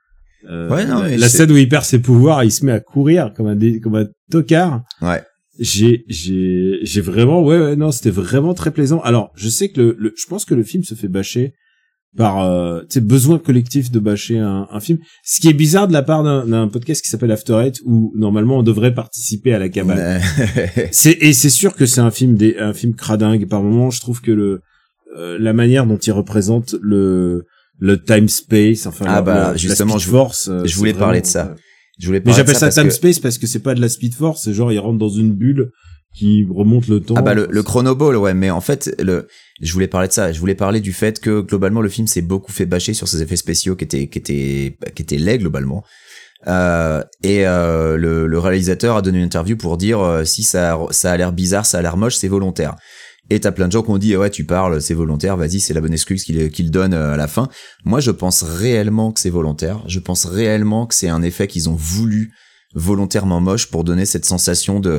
Euh, ouais, non, mais la c'est... scène où il perd ses pouvoirs, il se met à courir comme un dé, comme un tocard. Ouais. J'ai, j'ai, j'ai vraiment, ouais, ouais, non, c'était vraiment très plaisant. Alors, je sais que le, le je pense que le film se fait bâcher par, euh, tu sais, besoin collectif de bâcher un, un film. Ce qui est bizarre de la part d'un, d'un podcast qui s'appelle After Eight, où normalement on devrait participer à la cabane. c'est, et c'est sûr que c'est un film des, un film cradingue. Par moments, je trouve que le, euh, la manière dont il représente le, le time space, enfin, ah la, bah, la, justement, la je, Force, je voulais vraiment, parler de ça. Euh, Je voulais Mais parler j'appelle de ça, ça time parce space parce que c'est pas de la speed force, c'est genre il rentre dans une bulle qui remonte le temps. Ah bah le, le chronoball, ouais, mais en fait, le, je voulais parler de ça. Je voulais parler du fait que globalement le film s'est beaucoup fait bâcher sur ses effets spéciaux qui étaient qui étaient qui étaient laids globalement. Euh, et euh, le, le réalisateur a donné une interview pour dire euh, si ça ça a l'air bizarre, ça a l'air moche, c'est volontaire. Et t'as plein de gens qui ont dit ouais tu parles, c'est volontaire, vas-y c'est la bonne excuse qu'il qu'il donne à la fin. Moi je pense réellement que c'est volontaire. Je pense réellement que c'est un effet qu'ils ont voulu volontairement moche pour donner cette sensation de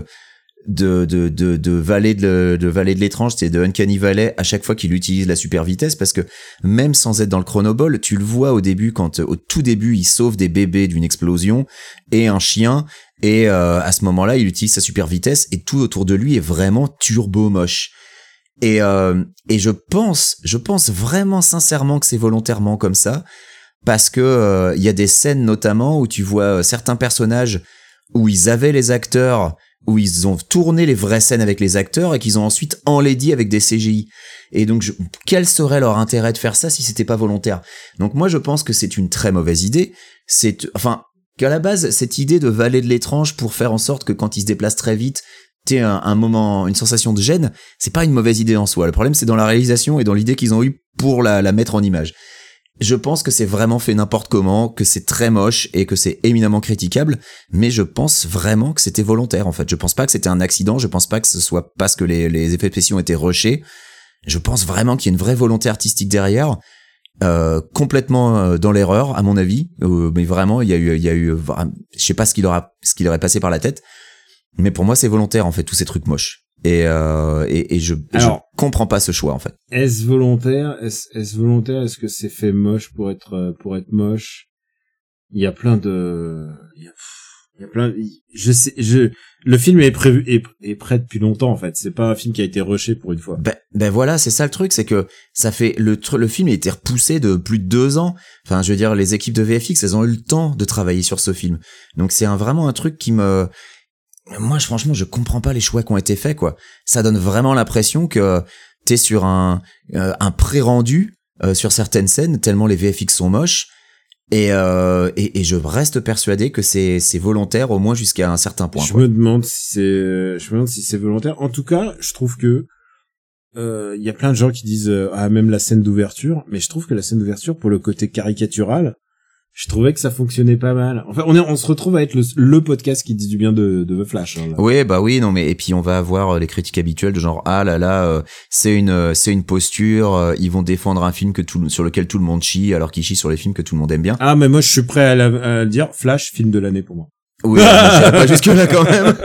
de de de de vallée de de vallée de l'étrange, c'est de Uncanny Valley à chaque fois qu'il utilise la super vitesse, parce que même sans être dans le chronoball, tu le vois au début quand au tout début il sauve des bébés d'une explosion et un chien, et euh, à ce moment-là il utilise sa super vitesse et tout autour de lui est vraiment turbo moche. Et euh, et je pense je pense vraiment sincèrement que c'est volontairement comme ça, parce que il euh, y a des scènes notamment où tu vois euh, certains personnages où ils avaient les acteurs, où ils ont tourné les vraies scènes avec les acteurs et qu'ils ont ensuite enlaidi avec des C G I. Et donc, je, quel serait leur intérêt de faire ça si c'était pas volontaire? Donc moi, je pense que c'est une très mauvaise idée. C'est, enfin, qu'à la base, cette idée de vallée de l'étrange pour faire en sorte que quand ils se déplacent très vite, t'aies un, un moment, une sensation de gêne, c'est pas une mauvaise idée en soi. Le problème, c'est dans la réalisation et dans l'idée qu'ils ont eue pour la, la mettre en image. Je pense que c'est vraiment fait n'importe comment, que c'est très moche et que c'est éminemment critiquable, mais je pense vraiment que c'était volontaire en fait. Je pense pas que c'était un accident, je pense pas que ce soit parce que les, les effets spéciaux étaient rushés. Je pense vraiment qu'il y a une vraie volonté artistique derrière, euh, complètement euh, dans l'erreur à mon avis, euh, mais vraiment il y a eu, il y a eu, je sais pas ce qu'il aura, ce qu'il aurait passé par la tête, mais pour moi c'est volontaire en fait tous ces trucs moches. Et, euh, et, et je, Alors, je comprends pas ce choix en fait. Est-ce volontaire? Est-ce, est-ce volontaire? Est-ce que c'est fait moche pour être pour être moche? Il y a plein de, il y a, il y a plein. Je sais, je. Le film est prévu est, est prêt depuis longtemps en fait. C'est pas un film qui a été rushé pour une fois. Ben, ben voilà, c'est ça le truc, c'est que ça fait le le film a été repoussé de plus de deux ans. Enfin, je veux dire, les équipes de V F X, elles ont eu le temps de travailler sur ce film. Donc c'est un, vraiment un truc qui me Moi, je, franchement, je comprends pas les choix qui ont été faits, quoi. Ça donne vraiment l'impression que t'es sur un, euh, un pré-rendu euh, sur certaines scènes, tellement les V F X sont moches. Et, euh, et, et je reste persuadé que c'est, c'est volontaire, au moins jusqu'à un certain point. Je quoi. me demande si c'est, je me demande si c'est volontaire. En tout cas, je trouve que il euh, y a plein de gens qui disent euh, ah même la scène d'ouverture, mais je trouve que la scène d'ouverture, pour le côté caricatural, je trouvais que ça fonctionnait pas mal. Enfin, on est, on se retrouve à être le, le podcast qui dit du bien de, de The Flash. Hein, là. Oui, bah oui, non, mais et puis on va avoir les critiques habituelles de genre ah là là, euh, c'est une, euh, c'est une posture. Euh, ils vont défendre un film que tout, sur lequel tout le monde chie, alors qu'ils chient sur les films que tout le monde aime bien. Ah, mais moi je suis prêt à, la, à le dire. Flash, film de l'année pour moi. Oui, je n'irai pas jusque là quand même.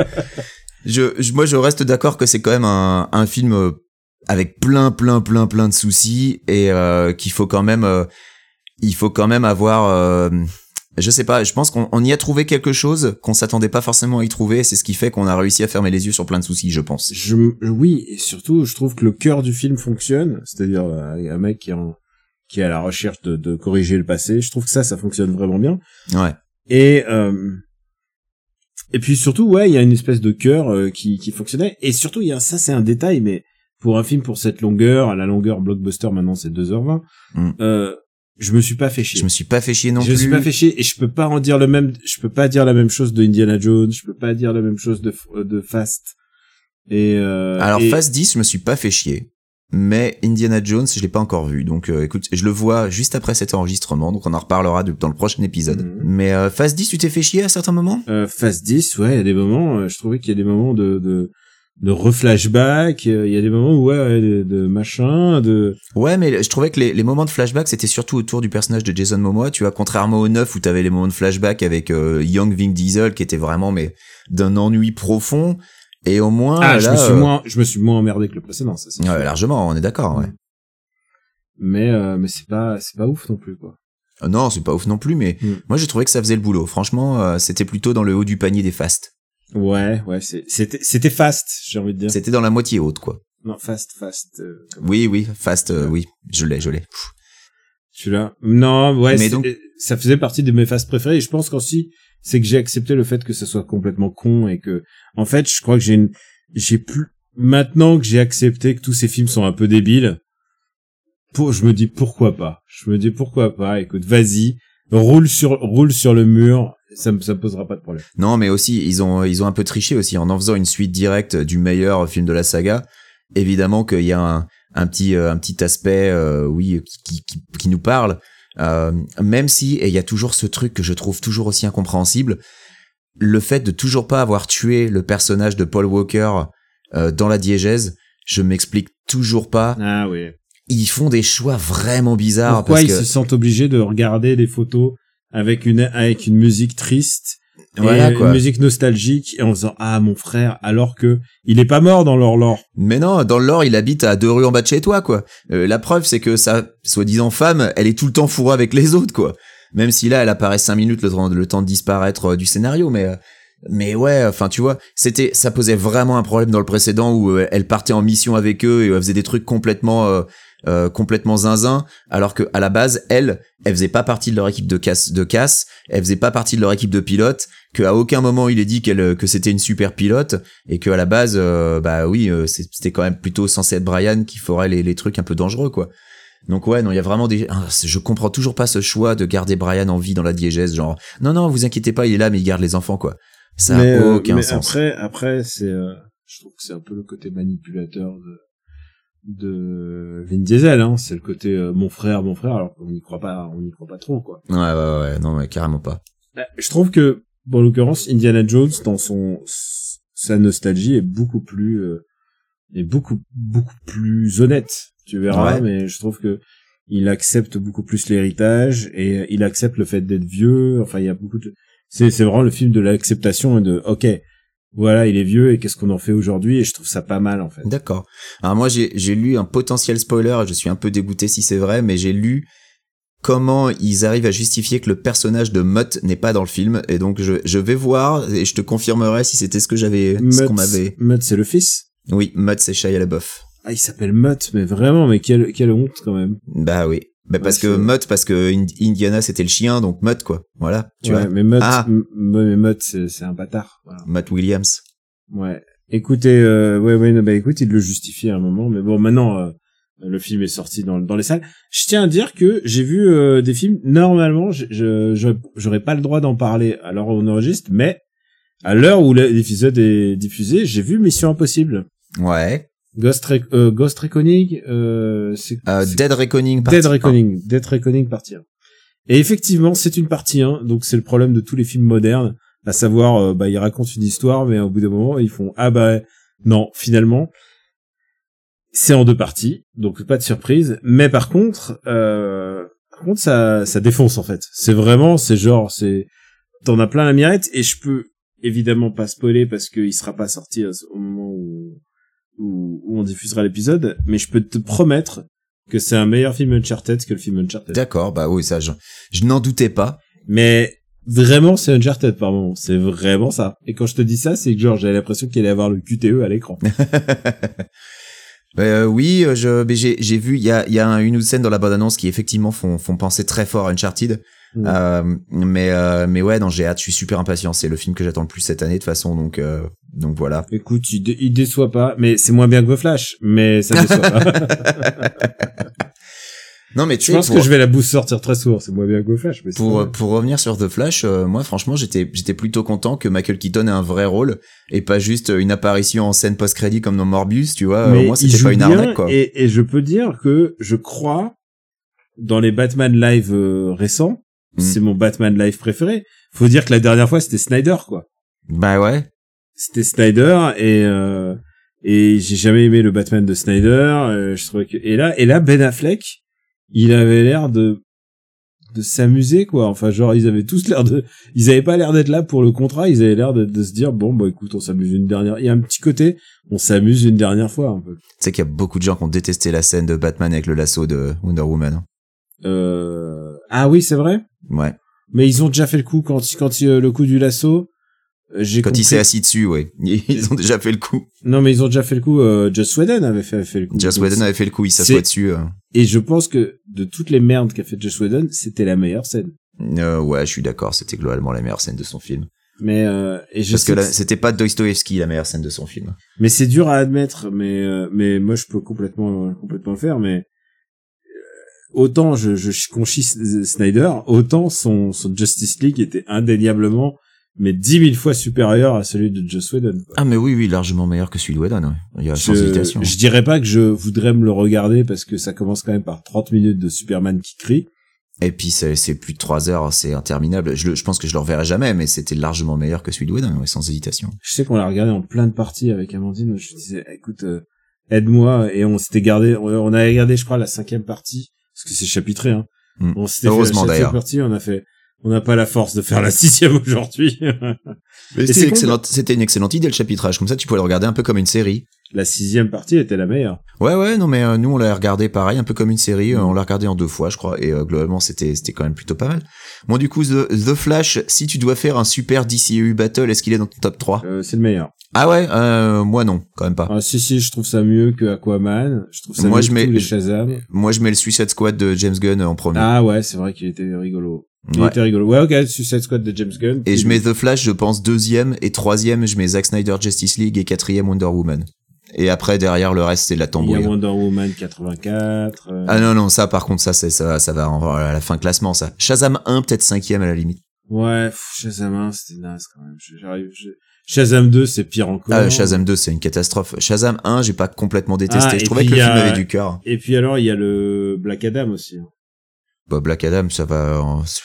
Je, je, moi, je reste d'accord que c'est quand même un, un film euh, avec plein, plein, plein, plein de soucis et euh, qu'il faut quand même. Euh, il faut quand même avoir, euh, je sais pas, je pense qu'on on y a trouvé quelque chose qu'on s'attendait pas forcément à y trouver, et c'est ce qui fait qu'on a réussi à fermer les yeux sur plein de soucis, je pense. Je, oui, et surtout, je trouve que le cœur du film fonctionne, c'est-à-dire euh, un mec qui est, en, qui est à la recherche de, de corriger le passé. Je trouve que ça, ça fonctionne vraiment bien. Ouais. Et euh, et puis surtout, ouais, il y a une espèce de cœur euh, qui, qui fonctionnait. Et surtout, il y a ça, c'est un détail, mais pour un film pour cette longueur, à la longueur blockbuster, maintenant c'est deux heures vingt. Mm. Euh, Je me suis pas fait chier. Je me suis pas fait chier non je plus. Je me suis pas fait chier et je peux pas en dire le même, je peux pas dire la même chose de Indiana Jones, je peux pas dire la même chose de, de Fast. Et, euh, Alors, et... Fast dix, je me suis pas fait chier. Mais Indiana Jones, je l'ai pas encore vu. Donc, euh, écoute, je le vois juste après cet enregistrement. Donc, on en reparlera de, dans le prochain épisode. Mm-hmm. Mais, euh, Fast dix, tu t'es fait chier à certains moments? Euh, Fast dix, ouais, il y a des moments, euh, je trouvais qu'il y a des moments de, de, de reflashback, il y a des moments où ouais de, de machin, de ouais, mais je trouvais que les, les moments de flashback c'était surtout autour du personnage de Jason Momoa, tu vois, contrairement au neuf où t'avais les moments de flashback avec euh, Young Vin Diesel qui était vraiment mais d'un ennui profond, et au moins ah là, je me suis euh... moins je me suis moins emmerdé que le précédent, ça c'est ouais, largement, on est d'accord, ouais. Mais euh, mais c'est pas c'est pas ouf non plus quoi. Non, c'est pas ouf non plus, mais Mm. moi j'ai trouvé que ça faisait le boulot. Franchement, euh, c'était plutôt dans le haut du panier des fast. Ouais, ouais, c'est, c'était, c'était fast, j'ai envie de dire. C'était dans la moitié haute, quoi. Non, fast, fast. Euh, comme Oui, oui, fast, euh, oui, je l'ai, je l'ai. Pff. celui-là. Non, ouais, Mais c'est- donc- ça faisait partie de mes fast préférés. Et je pense qu'aussi, c'est que j'ai accepté le fait que ça soit complètement con et que, en fait, je crois que j'ai une, j'ai plus, maintenant que j'ai accepté que tous ces films sont un peu débiles, pour, je me dis pourquoi pas. Je me dis pourquoi pas. Écoute, vas-y, roule sur, roule sur le mur. Ça me, ça me posera pas de problème. Non, mais aussi, ils ont, ils ont un peu triché aussi en en faisant une suite directe du meilleur film de la saga. Évidemment qu'il y a un, un petit, euh, un petit aspect, euh, oui, qui, qui, qui nous parle. Euh, même si, et il y a toujours ce truc que je trouve toujours aussi incompréhensible, le fait de toujours pas avoir tué le personnage de Paul Walker euh, dans la diégèse, je m'explique toujours pas. Ah oui. Ils font des choix vraiment bizarres. Pourquoi parce ils que... se sentent obligés de regarder des photos avec une, avec une musique triste? Voilà, et quoi. une musique nostalgique et en faisant ah mon frère alors que il est pas mort dans leur lore. Mais non, dans le lore, il habite à deux rues en bas de chez toi, quoi. Euh, la preuve, c'est que sa soi-disant femme, elle est tout le temps fourrée avec les autres, quoi. Même si là, elle apparaît cinq minutes le temps, le temps de disparaître euh, du scénario, mais... Euh, mais ouais, enfin, tu vois, c'était, ça posait vraiment un problème dans le précédent où euh, elle partait en mission avec eux et elle faisait des trucs complètement... Euh, Euh, complètement zinzin, alors que à la base elle elle faisait pas partie de leur équipe de casse de casse elle faisait pas partie de leur équipe de pilote, que à aucun moment il est dit qu'elle que c'était une super pilote et que à la base euh, bah oui euh, c'était quand même plutôt censé être Brian qui ferait les, les trucs un peu dangereux, quoi. Donc ouais, non, il y a vraiment des je comprends toujours pas ce choix de garder Brian en vie dans la diégèse, genre non non vous inquiétez pas, il est là mais il garde les enfants, quoi. Ça mais, a euh, aucun mais sens. après après c'est euh, je trouve que c'est un peu le côté manipulateur de de Vin Diesel, hein. C'est le côté euh, mon frère, mon frère, alors qu'on n'y croit pas, on n'y croit pas trop, quoi. Ouais ouais ouais, non mais carrément pas. Je trouve que, bon, en l'occurrence, Indiana Jones, dans son, sa nostalgie est beaucoup plus, euh, est beaucoup, beaucoup plus honnête. Tu verras, Ouais. mais je trouve que il accepte beaucoup plus l'héritage et il accepte le fait d'être vieux. Enfin, il y a beaucoup de, c'est, c'est vraiment le film de l'acceptation et de, ok, voilà, il est vieux et qu'est-ce qu'on en fait aujourd'hui, et je trouve ça pas mal, en fait. D'accord. Alors moi j'ai j'ai lu un potentiel spoiler, je suis un peu dégoûté si c'est vrai, mais j'ai lu comment ils arrivent à justifier que le personnage de Mutt n'est pas dans le film, et donc je je vais voir et je te confirmerai si c'était ce que j'avais ce qu'on m'avait. Mutt, c'est le fils? Oui, Mutt c'est Shia LaBeouf. Ah, il s'appelle Mutt, mais vraiment, mais quelle, quelle honte, quand même. Bah oui. Bah parce Ouais, que c'est- Mutt parce que Ind- Indiana c'était le chien, donc Mutt, quoi. Voilà, tu ouais, vois. mais Mutt, Ah. m- mais Mutt, c'est, c'est un bâtard. Voilà. Mutt Williams. Ouais. Écoutez, euh, ouais, ouais, non, bah écoute, il le justifie à un moment, mais bon, maintenant, euh, le film est sorti dans, dans les salles. Je tiens à dire que j'ai vu euh, des films. Normalement, je, je, je- j'aurais pas le droit d'en parler à l'heure où on enregistre, mais à l'heure où l'épisode est diffusé, j'ai vu Mission Impossible, Ouais. Ghost, Re- euh, Ghost Reckoning, euh, c'est, Euh, c'est- Dead Reckoning partie Dead Reckoning, Dead Reckoning partie un. Et effectivement, c'est une partie un, donc c'est le problème de tous les films modernes, à savoir, euh, bah, ils racontent une histoire, mais au bout d'un moment, ils font, ah bah, non, finalement, c'est en deux parties, donc pas de surprise, mais par contre, euh, par contre, ça, ça défonce, en fait. C'est vraiment, c'est genre, c'est, t'en as plein la mirette, et je peux évidemment pas spoiler parce qu'il sera pas sorti euh, au moment où, où, où on diffusera l'épisode, mais je peux te promettre que c'est un meilleur film Uncharted que le film Uncharted. D'accord, bah oui, ça je, je n'en doutais pas. Mais vraiment, c'est Uncharted par moment. C'est vraiment ça. Et quand je te dis ça, c'est que genre, j'avais l'impression qu'il allait avoir le Q T E à l'écran. Euh, oui, je, mais j'ai, j'ai vu, il y a, il y a une ou deux scènes dans la bande-annonce qui effectivement font, font penser très fort à Uncharted. Mm. Euh, mais, euh, mais ouais, non, j'ai hâte, je suis super impatient. C'est le film que j'attends le plus cette année de toute façon, donc, euh, donc voilà. Écoute, il, dé- il déçoit pas, mais c'est moins bien que The Flash, mais ça déçoit pas. Non, mais tu Je sais, pense pour, que je vais la boost sortir très souvent, c'est moins bien que The Flash, mais c'est pour, pas mal. pour revenir sur The Flash, euh, moi, franchement, j'étais, j'étais plutôt content que Michael Keaton ait un vrai rôle et pas juste une apparition en scène post-crédit comme dans Morbius, tu vois. Mais Au moins, il c'était joue pas une bien, arnaque, quoi. Et, et je peux dire que je crois, dans les Batman live euh, récents, Mm. c'est mon Batman live préféré. Faut dire que la dernière fois, c'était Snyder, quoi. Bah ouais. C'était Snyder et euh, et j'ai jamais aimé le Batman de Snyder. Euh, je trouvais que et là et là Ben Affleck, il avait l'air de de s'amuser, quoi. Enfin, genre ils avaient tous l'air de, ils avaient pas l'air d'être là pour le contrat. Ils avaient l'air de, de se dire bon bah écoute, on s'amuse une dernière. Il y a un petit côté, on s'amuse une dernière fois un peu. Tu sais qu'il y a beaucoup de gens qui ont détesté la scène de Batman avec le lasso de Wonder Woman. Euh, Ah oui, c'est vrai. Ouais. Mais ils ont déjà fait le coup quand quand euh, le coup du lasso. Euh, j'ai quand compris... il s'est assis dessus, ouais. Ils ont déjà fait le coup. Non, mais ils ont déjà fait le coup. Euh, Joss Whedon avait fait, fait le coup. Joss Whedon avait fait le coup, il s'assoit c'est... dessus. Euh... Et je pense que de toutes les merdes qu'a fait Joss Whedon, c'était la meilleure scène. Euh, ouais, je suis d'accord. C'était globalement la meilleure scène de son film. Mais euh, et je parce que, là, que c'était pas Dostoïevski la meilleure scène de son film. Mais c'est dur à admettre, mais euh, mais moi je peux complètement complètement le faire. Mais euh, autant je je conchis Snyder, autant son son Justice League était indéniablement mais dix mille fois supérieur à celui de Joss Whedon. Quoi. Ah mais oui oui largement meilleur que celui de Whedon. Ouais. Il y a je, sans hésitation. Je dirais pas que je voudrais me le regarder parce que ça commence quand même par trente minutes de Superman qui crie. Et puis c'est, c'est plus de trois heures, c'est interminable. Je, je pense que je le reverrai jamais, mais c'était largement meilleur que celui de Whedon, ouais, sans hésitation. Je sais qu'on l'a regardé en plein de parties avec Amandine. Je disais, écoute, euh, aide-moi. Et on s'était gardé, on, on avait regardé, je crois, la cinquième partie, parce que c'est chapitré. Hein. Mmh. On s'était Heureusement fait la d'ailleurs. Partie, on a fait, on n'a pas la force de faire la sixième aujourd'hui. Mais c'était, excellent, c'était une excellente idée le chapitrage. Comme ça, tu pouvais le regarder un peu comme une série. La sixième partie était la meilleure. Ouais, ouais, non, mais euh, nous, on l'a regardé pareil, un peu comme une série. Euh, on l'a regardé en deux fois, je crois. Et euh, globalement, c'était c'était quand même plutôt pas mal. Bon, du coup, The, The Flash, si tu dois faire un super D C U Battle, est-ce qu'il est dans ton top trois? euh, C'est le meilleur. Ah ouais, euh, moi non, quand même pas. Ah, si, si, je trouve ça mieux que Aquaman. Je trouve ça moi, mieux je que mets, tous les Shazam. Moi, je mets le Suicide Squad de James Gunn en premier. Ah ouais, c'est vrai qu'il était rigolo. Il ouais. était rigolo. Ouais, ok, Suicide Squad de James Gunn. Et je mets The Flash, je pense, deuxième. Et troisième, je mets Zack Snyder Justice League. Et quatrième, Wonder Woman. Et après, derrière, le reste, c'est de la tambouille. Il y a Wonder Woman quatre-vingt-quatre. Euh... Ah non, non, ça, par contre, ça, c'est, ça, ça va en, à la fin classement, ça. Shazam un, peut-être cinquième à la limite. Ouais, pff, Shazam un, c'était naze quand même. J'arrive, je... Shazam deux, c'est pire encore. Ah, Shazam deux, c'est une catastrophe. Shazam un, j'ai pas complètement détesté. Ah, je trouvais que le a... film avait du cœur. Et puis alors, il y a le Black Adam aussi. Bah, Black Adam, ça va,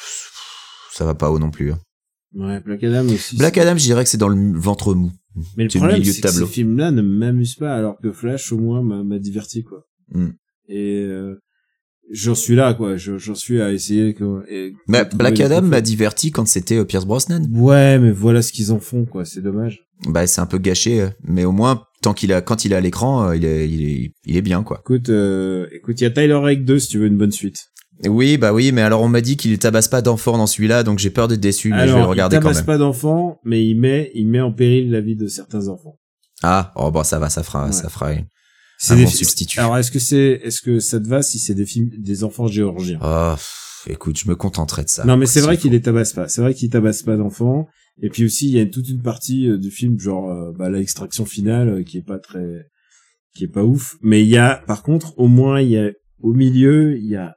ça va pas haut non plus. Ouais, Black Adam aussi. Black Adam, je dirais que c'est dans le ventre mou. Mais le c'est problème, le milieu c'est de tableau. que ces films-là ne m'amusent pas, alors que Flash, au moins, m'a, m'a diverti, quoi. Mm. Et euh, j'en suis là, quoi. Je, j'en suis à essayer. Quoi, et, mais Black Adam m'a diverti quand c'était euh, Pierce Brosnan. Ouais, mais voilà ce qu'ils en font, quoi. C'est dommage. Bah, c'est un peu gâché, mais au moins, tant qu'il a, quand il est à l'écran, il est, il est, il est bien, quoi. Écoute, euh, écoute, il y a Tyler Rake deux si tu veux une bonne suite. Oui, bah oui, mais alors on m'a dit qu'il tabasse pas d'enfants dans celui-là, donc j'ai peur d'être déçu, mais alors, je vais le regarder quand même. Il tabasse pas d'enfants, mais il met, il met en péril la vie de certains enfants. Ah, oh bah ça va, ça fera, ouais. ça fera un c'est bon des substitut. Alors est-ce que c'est, est-ce que ça te va si c'est des films, des enfants géorgiens? Oh, pff, écoute, je me contenterai de ça. Non, mais c'est vrai fou. qu'il les tabasse pas. C'est vrai qu'il tabasse pas d'enfants. Et puis aussi, il y a toute une partie euh, du film, genre euh, bah, l'extraction finale, euh, qui est pas très, qui est pas ouf. Mais il y a, par contre, au moins, il y a au milieu, il y a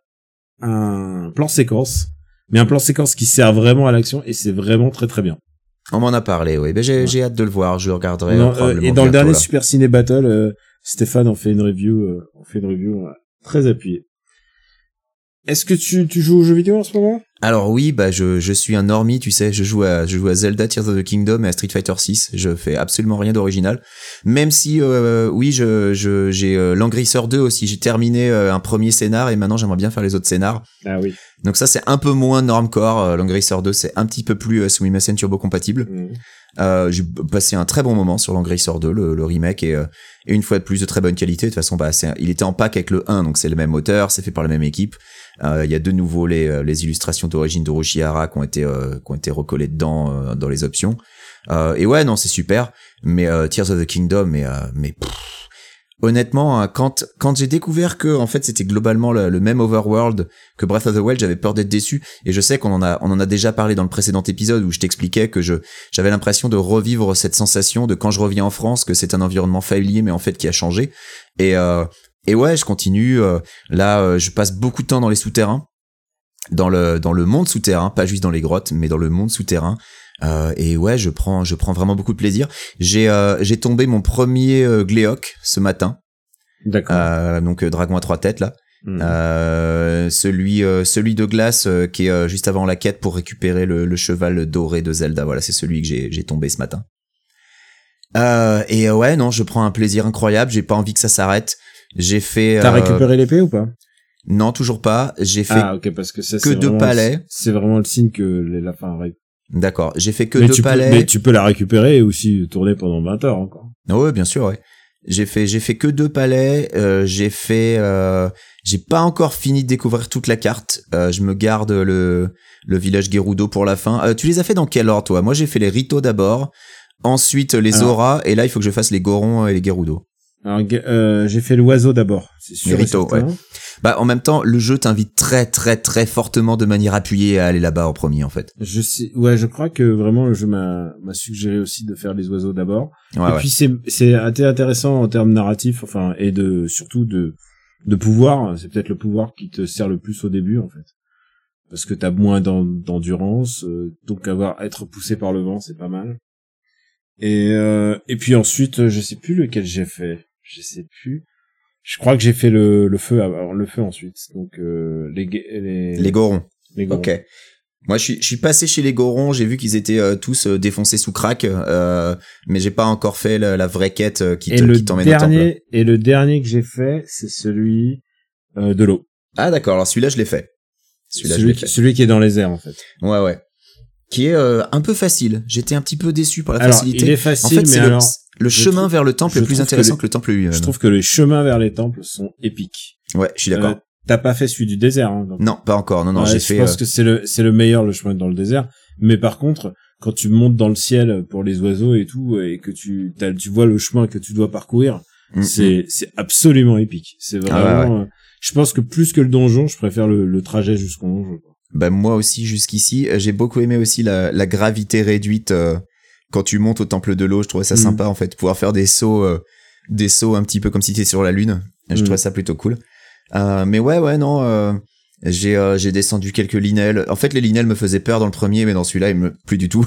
un plan séquence, mais un plan séquence qui sert vraiment à l'action, et c'est vraiment très très bien. On m'en a parlé, oui. Ben j'ai, ouais. j'ai hâte de le voir. Je le regarderai non, probablement. Euh, et dans le dernier là. Super Ciné Battle, euh, Stéphane en fait une review, euh, on fait une review euh, très appuyée. Est-ce que tu, tu joues aux jeux vidéo en ce moment? Alors oui, bah je, je suis un normie, tu sais, je joue à, je joue à Zelda Tears of the Kingdom et à Street Fighter six. Je fais absolument rien d'original. Même si, euh, oui, je, je, j'ai euh, Langrisseur deux aussi. J'ai terminé euh, un premier scénar et maintenant j'aimerais bien faire les autres scénars. Ah oui. Donc ça c'est un peu moins normcore. Euh, Langrisseur deux c'est un petit peu plus euh, Sumimasen Turbo compatible. Mmh. Euh, j'ai passé un très bon moment sur Langrisseur deux, le, le remake, et, euh, et une fois de plus de très bonne qualité. De toute façon, bah, c'est, il était en pack avec le un, donc c'est le même auteur, c'est fait par la même équipe. Euh, il y a de nouveau les, les illustrations d'origine d'Orochi Hara qui ont été, euh, qui ont été recollées dedans, euh, dans les options. Euh, et ouais, non, c'est super. Mais euh, Tears of the Kingdom, mais, euh, mais pff, honnêtement, hein, quand quand j'ai découvert que en fait c'était globalement le, le même overworld que Breath of the Wild, j'avais peur d'être déçu. Et je sais qu'on en a on en a déjà parlé dans le précédent épisode où je t'expliquais que je j'avais l'impression de revivre cette sensation de quand je reviens en France, que c'est un environnement familier mais en fait qui a changé. Et euh, et ouais, je continue. Euh, là, euh, je passe beaucoup de temps dans les souterrains, dans le dans le monde souterrain, pas juste dans les grottes, mais dans le monde souterrain. Euh, et ouais, je prends, je prends vraiment beaucoup de plaisir. J'ai, euh, j'ai tombé mon premier euh, Gléoc ce matin. D'accord. Euh, donc euh, dragon à trois têtes là. Mmh. Euh, celui, euh, celui de glace euh, qui est euh, juste avant la quête pour récupérer le, le cheval doré de Zelda. Voilà, c'est celui que j'ai, j'ai tombé ce matin. Euh, et euh, ouais, non, je prends un plaisir incroyable. J'ai pas envie que ça s'arrête. J'ai fait. T'as euh... récupéré l'épée ou pas? Non, toujours pas. J'ai fait ah, okay, parce que, ça, que deux palais. C'est vraiment le signe que la fin arrive. D'accord. J'ai fait que mais deux tu palais. Peux, mais tu peux la récupérer et aussi tourner pendant vingt heures encore. Ouais, bien sûr, ouais. J'ai fait, j'ai fait que deux palais. Euh, j'ai fait, euh, j'ai pas encore fini de découvrir toute la carte. Euh, je me garde le le village Gerudo pour la fin. Euh, tu les as fait dans quel ordre, toi? Moi, j'ai fait les Rito d'abord, ensuite les Alors, Zora, et là, il faut que je fasse les Gorons et les Gerudo. Alors, euh, j'ai fait l'oiseau d'abord, c'est sûr. Les Rito, ouais. Bah, en même temps, le jeu t'invite très, très, très fortement de manière appuyée à aller là-bas en premier, en fait. Je sais, ouais, je crois que vraiment le jeu m'a m'a suggéré aussi de faire les oiseaux d'abord. Ouais, et ouais. puis c'est c'est intéressant en termes narratifs, enfin, et de surtout de de pouvoir. C'est peut-être le pouvoir qui te sert le plus au début, en fait. Parce que t'as moins d'endurance, euh, donc avoir être poussé par le vent, c'est pas mal. Et euh, et puis ensuite, je sais plus lequel j'ai fait. Je sais plus. Je crois que j'ai fait le le feu avant, le feu ensuite. Donc euh, les les Les Gorons. les Gorons. Ok. Moi, je suis, je suis passé chez les Gorons. J'ai vu qu'ils étaient euh, tous euh, défoncés sous crack, euh, mais j'ai pas encore fait la, la vraie quête euh, qui, te, qui t'emmène au temple. Dernier, et le dernier que j'ai fait, c'est celui euh, de l'eau. Ah d'accord. Alors celui-là, je l'ai fait. Celui-là, Celui, je l'ai qui, fait. celui qui est dans les airs, en fait. Ouais, ouais. Qui est euh, un peu facile. J'étais un petit peu déçu par la Alors, facilité. il est facile, en fait, mais c'est alors, le, le chemin trouve, vers le temple est plus intéressant que, les, que le temple lui-même. Je trouve que les chemins vers les temples sont épiques. Ouais, je suis d'accord. Euh, t'as pas fait celui du désert, hein, donc. Non, pas encore. Non, non, ouais, j'ai je fait. Je pense euh... que c'est le c'est le meilleur le chemin dans le désert. Mais par contre, quand tu montes dans le ciel pour les oiseaux et tout, et que tu t'as, tu vois le chemin que tu dois parcourir, mm-hmm. c'est c'est absolument épique. C'est vraiment. Ah ouais, ouais. Euh, je pense que plus que le donjon, je préfère le, le trajet jusqu'au donjon. Bah moi aussi jusqu'ici, j'ai beaucoup aimé aussi la, la gravité réduite euh, quand tu montes au temple de l'eau. Je trouvais ça mmh. sympa en fait, pouvoir faire des sauts, euh, des sauts un petit peu comme si t'étais sur la lune. Je mmh. trouvais ça plutôt cool. Euh, mais ouais ouais non, euh, j'ai euh, j'ai descendu quelques linels. En fait les linels me faisaient peur dans le premier, mais dans celui-là ils me plus du tout.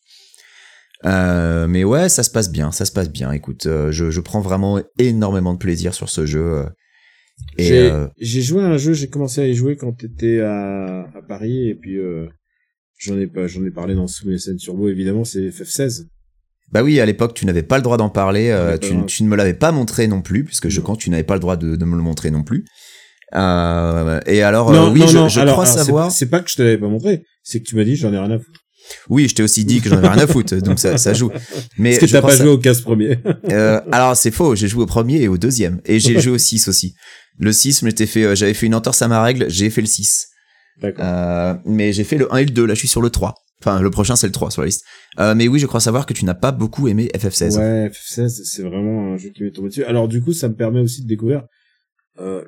euh, mais ouais ça se passe bien, ça se passe bien. Écoute, euh, je je prends vraiment énormément de plaisir sur ce jeu. Euh, Et j'ai, euh... j'ai joué à un jeu, j'ai commencé à y jouer quand t'étais à, à Paris, et puis euh, j'en ai pas, j'en ai parlé dans Sous S N Turbo, évidemment, c'est F F seize. Bah oui, à l'époque, tu n'avais pas le droit d'en parler, euh, tu, tu ne me l'avais pas montré non plus, puisque non. je crois que tu n'avais pas le droit de, de me le montrer non plus. Euh, et alors, non, euh, oui, non, je, non, je alors, crois alors, savoir. C'est, c'est pas que je te l'avais pas montré, c'est que tu m'as dit j'en ai rien à foutre. Oui, je t'ai aussi dit que j'en avais rien à foutre, donc ça, ça joue. Mais parce que t'as pas ça... joué au quinze premier. euh, alors c'est faux, j'ai joué au premier et au deuxième, et j'ai joué au six aussi. Le six, m'étais fait, euh, j'avais fait une entorse à ma règle, j'ai fait le six. D'accord. Euh, mais j'ai fait le un et le deux, là je suis sur le trois. Enfin, le prochain c'est le trois sur la liste. Euh, mais oui, je crois savoir que tu n'as pas beaucoup aimé F F seize. Ouais, F F seize, c'est vraiment un jeu qui m'est tombé dessus. Alors du coup, ça me permet aussi de découvrir euh,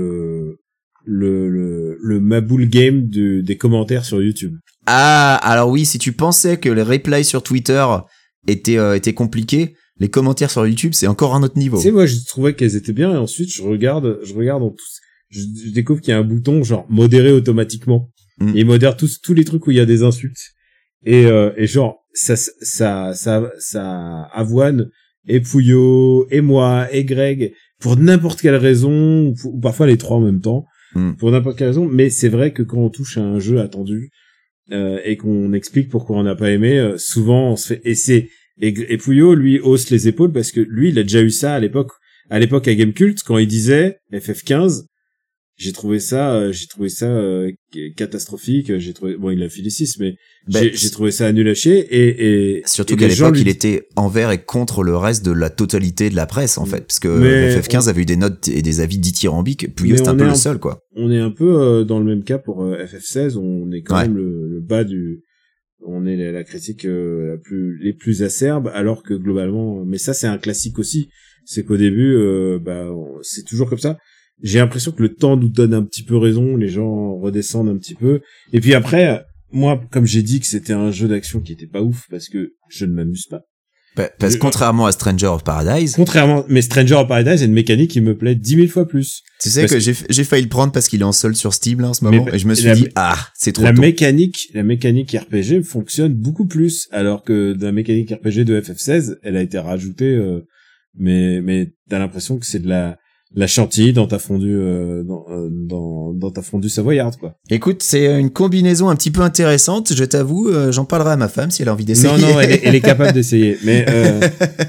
le le le le Maboule game de, des commentaires sur YouTube. Ah, alors oui, si tu pensais que les replays sur Twitter étaient euh, étaient compliqués, les commentaires sur YouTube, c'est encore un autre niveau. Tu sais, moi, je trouvais qu'elles étaient bien, et ensuite, je regarde, je regarde en tous, je, je découvre qu'il y a un bouton, genre, modérer automatiquement. Mm. Et il modère tous, tous les trucs où il y a des insultes. Et, euh, et genre, ça, ça, ça, ça avoine, et Pouillot, et moi, et Greg, pour n'importe quelle raison, ou, ou parfois les trois en même temps, mm. pour n'importe quelle raison, mais c'est vrai que quand on touche à un jeu attendu, euh, et qu'on explique pourquoi on n'a pas aimé, euh, souvent, on se fait, et c'est, Et, et Pouillot, lui, hausse les épaules parce que lui, il a déjà eu ça à l'époque, à l'époque à Gamecult, quand il disait F F quinze, j'ai trouvé ça, euh, j'ai trouvé ça euh, catastrophique. J'ai trouvé, bon, il a fait les six, mais ben, j'ai, j'ai trouvé ça à nul à chier. Et, et surtout et qu'à l'époque, lui... il était envers et contre le reste de la totalité de la presse, en fait, parce que mais F F quinze on... avait eu des notes et des avis dithyrambiques. Pouillot, c'était un peu un... le seul, quoi. On est un peu euh, dans le même cas pour euh, F F seize. On est quand ouais. même le, le bas du. On est la, la critique euh, la plus les plus acerbes, alors que globalement, mais ça c'est un classique aussi, c'est qu'au début euh, bah c'est toujours comme ça. J'ai l'impression que le temps nous donne un petit peu raison, les gens redescendent un petit peu, et puis après moi comme j'ai dit que c'était un jeu d'action qui était pas ouf parce que je ne m'amuse pas. Bah, parce que contrairement à Stranger of Paradise, contrairement mais Stranger of Paradise, il y a une mécanique qui me plaît dix mille fois plus. Tu sais parce que j'ai j'ai failli le prendre parce qu'il est en solde sur Steam là en ce moment, mais, et je me suis la, dit ah c'est trop la tôt. mécanique la mécanique R P G fonctionne beaucoup plus, alors que la mécanique R P G de F F seize elle a été rajoutée euh, mais mais t'as l'impression que c'est de la la chantilly dans ta fondue euh, dans, euh, dans dans ta fondue savoyarde quoi. Écoute, c'est une combinaison un petit peu intéressante, je t'avoue, euh, j'en parlerai à ma femme si elle a envie d'essayer. Non non, elle est, elle est capable d'essayer, mais euh,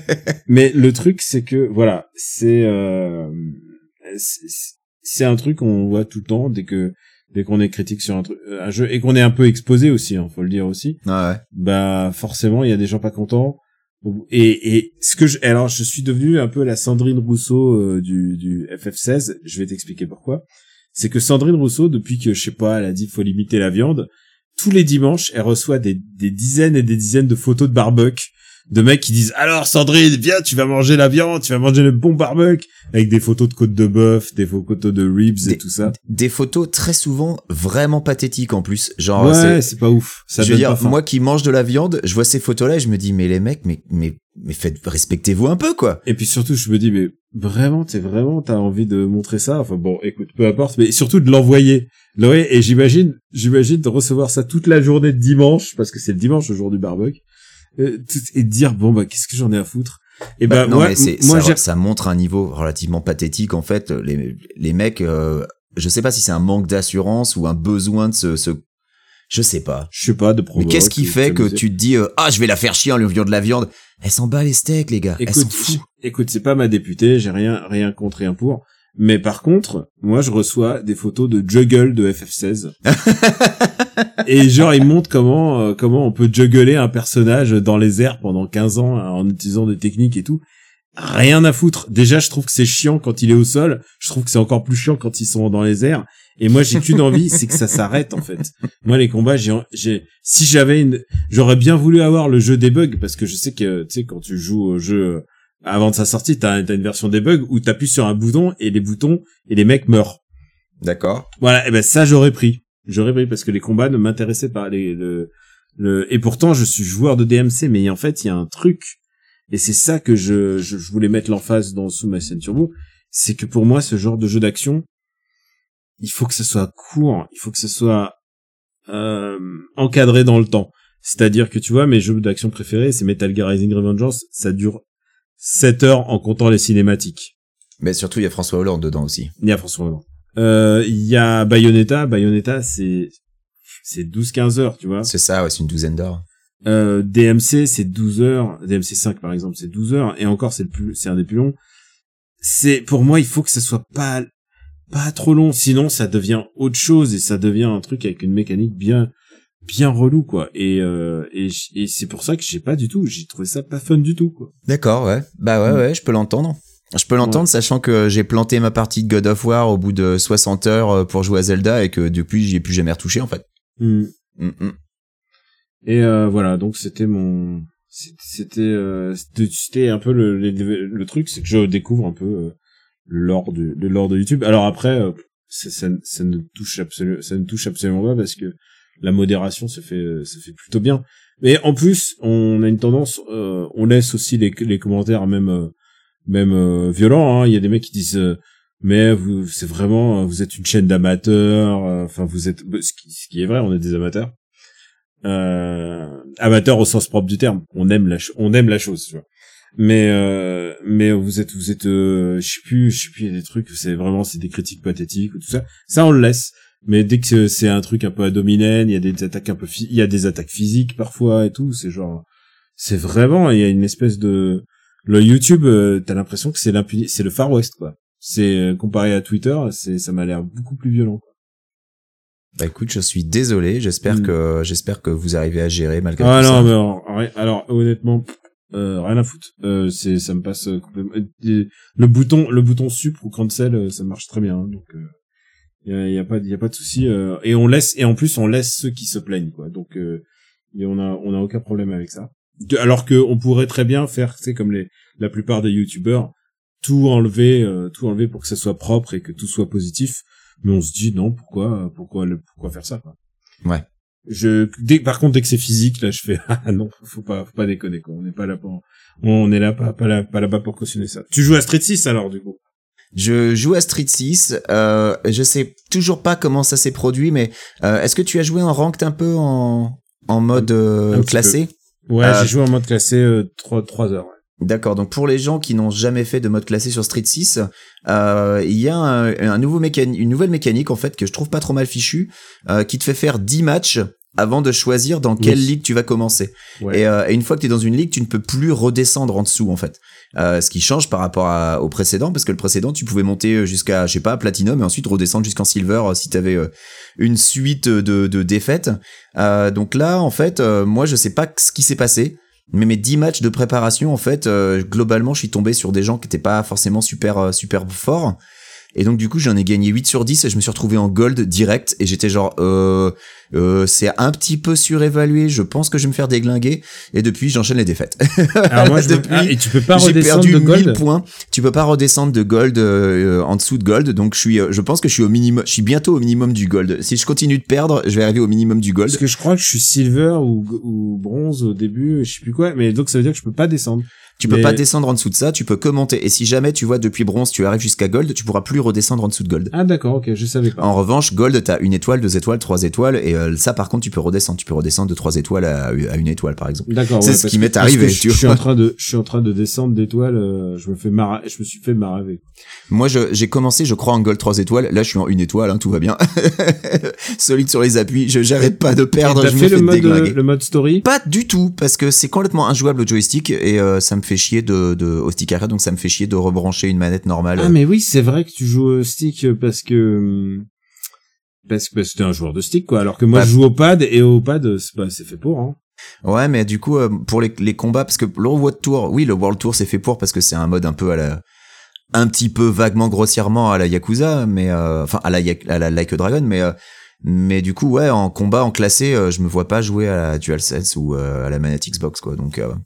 mais le truc c'est que voilà, c'est euh, c'est, c'est un truc qu'on voit tout le temps dès que dès qu'on est critique sur un truc un jeu et qu'on est un peu exposé aussi, hein, faut le dire aussi. Ah ouais. Bah forcément, il y a des gens pas contents. Et, et ce que je, alors je suis devenu un peu la Sandrine Rousseau euh, du, du F F seize. Je vais t'expliquer pourquoi. C'est que Sandrine Rousseau, depuis que je sais pas, elle a dit faut limiter la viande, tous les dimanches, elle reçoit des, des dizaines et des dizaines de photos de barbecue, de mecs qui disent alors Sandrine, viens, tu vas manger la viande, tu vas manger le bon barbecue, avec des photos de côte de bœuf, des photos de ribs des, et tout ça. Des photos très souvent vraiment pathétiques en plus. Genre, ouais, c'est, c'est pas ouf. Ça je veux dire, pas faim. moi qui mange de la viande, je vois ces photos-là et je me dis, mais les mecs, mais, mais, mais faites, respectez-vous un peu, quoi. Et puis surtout, je me dis, mais vraiment, t'es vraiment, t'as envie de montrer ça? Enfin bon, écoute, peu importe, mais surtout de l'envoyer. l'envoyer et j'imagine, j'imagine de recevoir ça toute la journée de dimanche, parce que c'est le dimanche, le jour du barbecue. Et de dire bon bah qu'est-ce que j'en ai à foutre et bah, bah non, moi, mais c'est, moi ça, ça montre un niveau relativement pathétique en fait. Les les mecs, euh, je sais pas si c'est un manque d'assurance ou un besoin de se, se je sais pas. Je sais pas de provoque. Mais qu'est-ce qui fait que tu te dis euh, ah je vais la faire chier en lui envoyant de la viande? Elle s'en bat les steaks les gars. Écoute, elle s'en fout. Écoute, c'est pas ma députée, j'ai rien rien contre rien pour. Mais par contre, moi je reçois des photos de juggle de F F seize. Et genre ils montrent comment euh, comment on peut juggler un personnage dans les airs pendant quinze ans en utilisant des techniques et tout. Rien à foutre. Déjà, je trouve que c'est chiant quand il est au sol. Je trouve que c'est encore plus chiant quand ils sont dans les airs. Et moi, j'ai qu'une envie, c'est que ça s'arrête, en fait. Moi, les combats, j'ai, j'ai, si j'avais une, j'aurais bien voulu avoir le jeu debug, parce que je sais que, tu sais, quand tu joues au jeu, avant de sa sortie, t'as, t'as une version debug où t'appuies sur un bouton et les boutons, et les mecs meurent. D'accord. Voilà. Et ben, ça, j'aurais pris. J'aurais pris, parce que les combats ne m'intéressaient pas. Les, le, le, et pourtant, je suis joueur de D M C, mais en fait, il y a un truc, et c'est ça que je, je, je voulais mettre l'emphase dans sous ma scène turbo, c'est que pour moi, ce genre de jeu d'action, il faut que ce soit court, il faut que ce soit euh, encadré dans le temps. C'est-à-dire que tu vois, mes jeux d'action préférés, c'est Metal Gear Rising Revengeance, ça dure sept heures en comptant les cinématiques. Mais surtout, il y a François Hollande dedans aussi. Il y a François Hollande. Euh, il y a Bayonetta, Bayonetta, c'est c'est douze quinze heures, tu vois. C'est ça, ouais, c'est une douzaine d'heures. Euh, D M C, c'est douze heures. D M C cinq, par exemple, c'est douze heures. Et encore, c'est le plus, c'est un des plus longs. C'est, pour moi, il faut que ça soit pas, pas trop long. Sinon, ça devient autre chose et ça devient un truc avec une mécanique bien, bien relou, quoi. Et, euh, et, et c'est pour ça que j'ai pas du tout, j'ai trouvé ça pas fun du tout, quoi. D'accord, ouais. Bah ouais, ouais, je peux l'entendre. Je peux l'entendre, ouais. Sachant que j'ai planté ma partie de God of War au bout de soixante heures pour jouer à Zelda et que depuis, j'y ai plus jamais retouché, en fait. Mm. Mm-mm. Et euh, voilà, donc c'était mon, c'était, euh, c'était un peu le, le, le truc, c'est que je découvre un peu euh, le lore du, le lore de YouTube. Alors après, euh, ça, ça, ça ne touche absolument, ça ne touche absolument pas parce que la modération se fait, se fait plutôt bien. Mais en plus, on a une tendance, euh, on laisse aussi les, les commentaires même, euh, même euh, violents. Hein. Il y a des mecs qui disent. Euh, mais vous, c'est vraiment, vous êtes une chaîne d'amateurs. Enfin, euh, vous êtes, ce qui, ce qui est vrai, on est des amateurs. Euh, amateurs au sens propre du terme. On aime la, on aime la chose, tu vois. Mais, euh, mais vous êtes, vous êtes, euh, je sais plus, je sais plus, il y a des trucs, c'est vraiment, c'est des critiques pathétiques ou tout ça. Ça, on le laisse. Mais dès que c'est un truc un peu à dominer, il y a des attaques un peu, il y a des attaques physiques parfois et tout. C'est genre, c'est vraiment, il y a une espèce de, le YouTube, euh, t'as l'impression que c'est l'impuni, c'est le Far West, quoi. C'est comparé à Twitter, c'est ça m'a l'air beaucoup plus violent. Bah écoute, je suis désolé. J'espère mm. que j'espère que vous arrivez à gérer malgré ah tout non, ça. mais alors, alors honnêtement, euh, rien à foutre. Euh, c'est ça me passe complètement. Le bouton, le bouton sup ou cancel, ça marche très bien. Hein, donc il euh, y, a, y a pas, y a pas de souci. Euh, et on laisse et en plus on laisse ceux qui se plaignent, quoi. Donc euh, et on a on a aucun problème avec ça. Alors que on pourrait très bien faire, tu sais, comme les la plupart des youtubeurs. tout enlever euh, tout enlever pour que ça soit propre et que tout soit positif, mais on se dit non, pourquoi pourquoi pourquoi faire ça, quoi. Ouais. Je dès par contre dès que c'est physique là je fais ah non, faut pas faut pas déconner, quoi. On n'est pas là pour on est là pas pas là pas là-bas pour cautionner ça. Tu joues à Street six alors du coup? Je joue à Street six, euh je sais toujours pas comment ça s'est produit, mais euh, est-ce que tu as joué en ranked un peu en en mode euh, classé? Ouais, euh, j'ai joué en mode classé euh, trois heures. Ouais. D'accord, donc pour les gens qui n'ont jamais fait de mode classé sur Street six, euh, il y a un, un nouveau mécani- une nouvelle mécanique en fait que je trouve pas trop mal fichue, euh, qui te fait faire dix matchs avant de choisir dans quelle oui. ligue tu vas commencer. Ouais. Et, euh, et une fois que t'es dans une ligue, tu ne peux plus redescendre en dessous en fait. Euh, ce qui change par rapport à, au précédent, parce que le précédent, tu pouvais monter jusqu'à, je sais pas, Platinum et ensuite redescendre jusqu'en Silver euh, si t'avais euh, une suite de, de défaites. Euh, donc là, en fait, euh, moi je sais pas ce qui s'est passé. Mais mes dix matchs de préparation, en fait, euh, globalement, je suis tombé sur des gens qui étaient pas forcément super euh, super forts. Et donc du coup, j'en ai gagné huit sur dix et je me suis retrouvé en gold direct et j'étais genre euh, euh c'est un petit peu surévalué, je pense que je vais me faire déglinguer et depuis j'enchaîne les défaites. Alors moi je depuis, me... ah, et tu peux pas j'ai redescendre perdu de gold mille points. Tu peux pas redescendre de gold euh, en dessous de gold. Donc je suis euh, je pense que je suis au minimum, je suis bientôt au minimum du gold. Si je continue de perdre, je vais arriver au minimum du gold. Parce que je crois que je suis silver ou ou bronze au début, je sais plus quoi, mais donc ça veut dire que je peux pas descendre. Tu peux mais... pas descendre en dessous de ça, tu peux que monter. Et si jamais tu vois depuis bronze, tu arrives jusqu'à gold, tu pourras plus redescendre en dessous de gold. Ah d'accord, ok, je savais pas. En revanche, gold, t'as une étoile, deux étoiles, trois étoiles, et euh, ça par contre tu peux redescendre. Tu peux redescendre de trois étoiles à, à une étoile par exemple. D'accord. C'est ouais, ce parce qui que, m'est arrivé. Parce que tu je, je vois. suis en train de, je suis en train de descendre d'étoiles. Euh, je me fais mar... je me suis fait maraver. Moi, je, j'ai commencé, je crois, en gold trois étoiles. Là, je suis en une étoile, hein, tout va bien. Solide sur les appuis. Je j'arrête pas de perdre. T'as je fait me fais le mode, déglinguer. le mode story? Pas du tout, parce que c'est complètement injouable au joystick et euh, ça me fait chier de, de au stick arcade, donc ça me fait chier de rebrancher une manette normale. Ah mais oui, c'est vrai que tu joues au stick parce que parce que parce que t'es un joueur de stick quoi. Alors que moi Bah, je joue au pad et au pad c'est pas c'est fait pour hein. Ouais, mais du coup, euh, pour les, les combats, parce que le World Tour, oui, le World Tour, c'est fait pour parce que c'est un mode un peu à la, un petit peu vaguement grossièrement à la Yakuza, mais euh, enfin à la à la Like a Dragon, mais euh, mais du coup, ouais, en combat, en classé, euh, je me vois pas jouer à la DualSense ou euh, à la manette Xbox, quoi. Donc euh,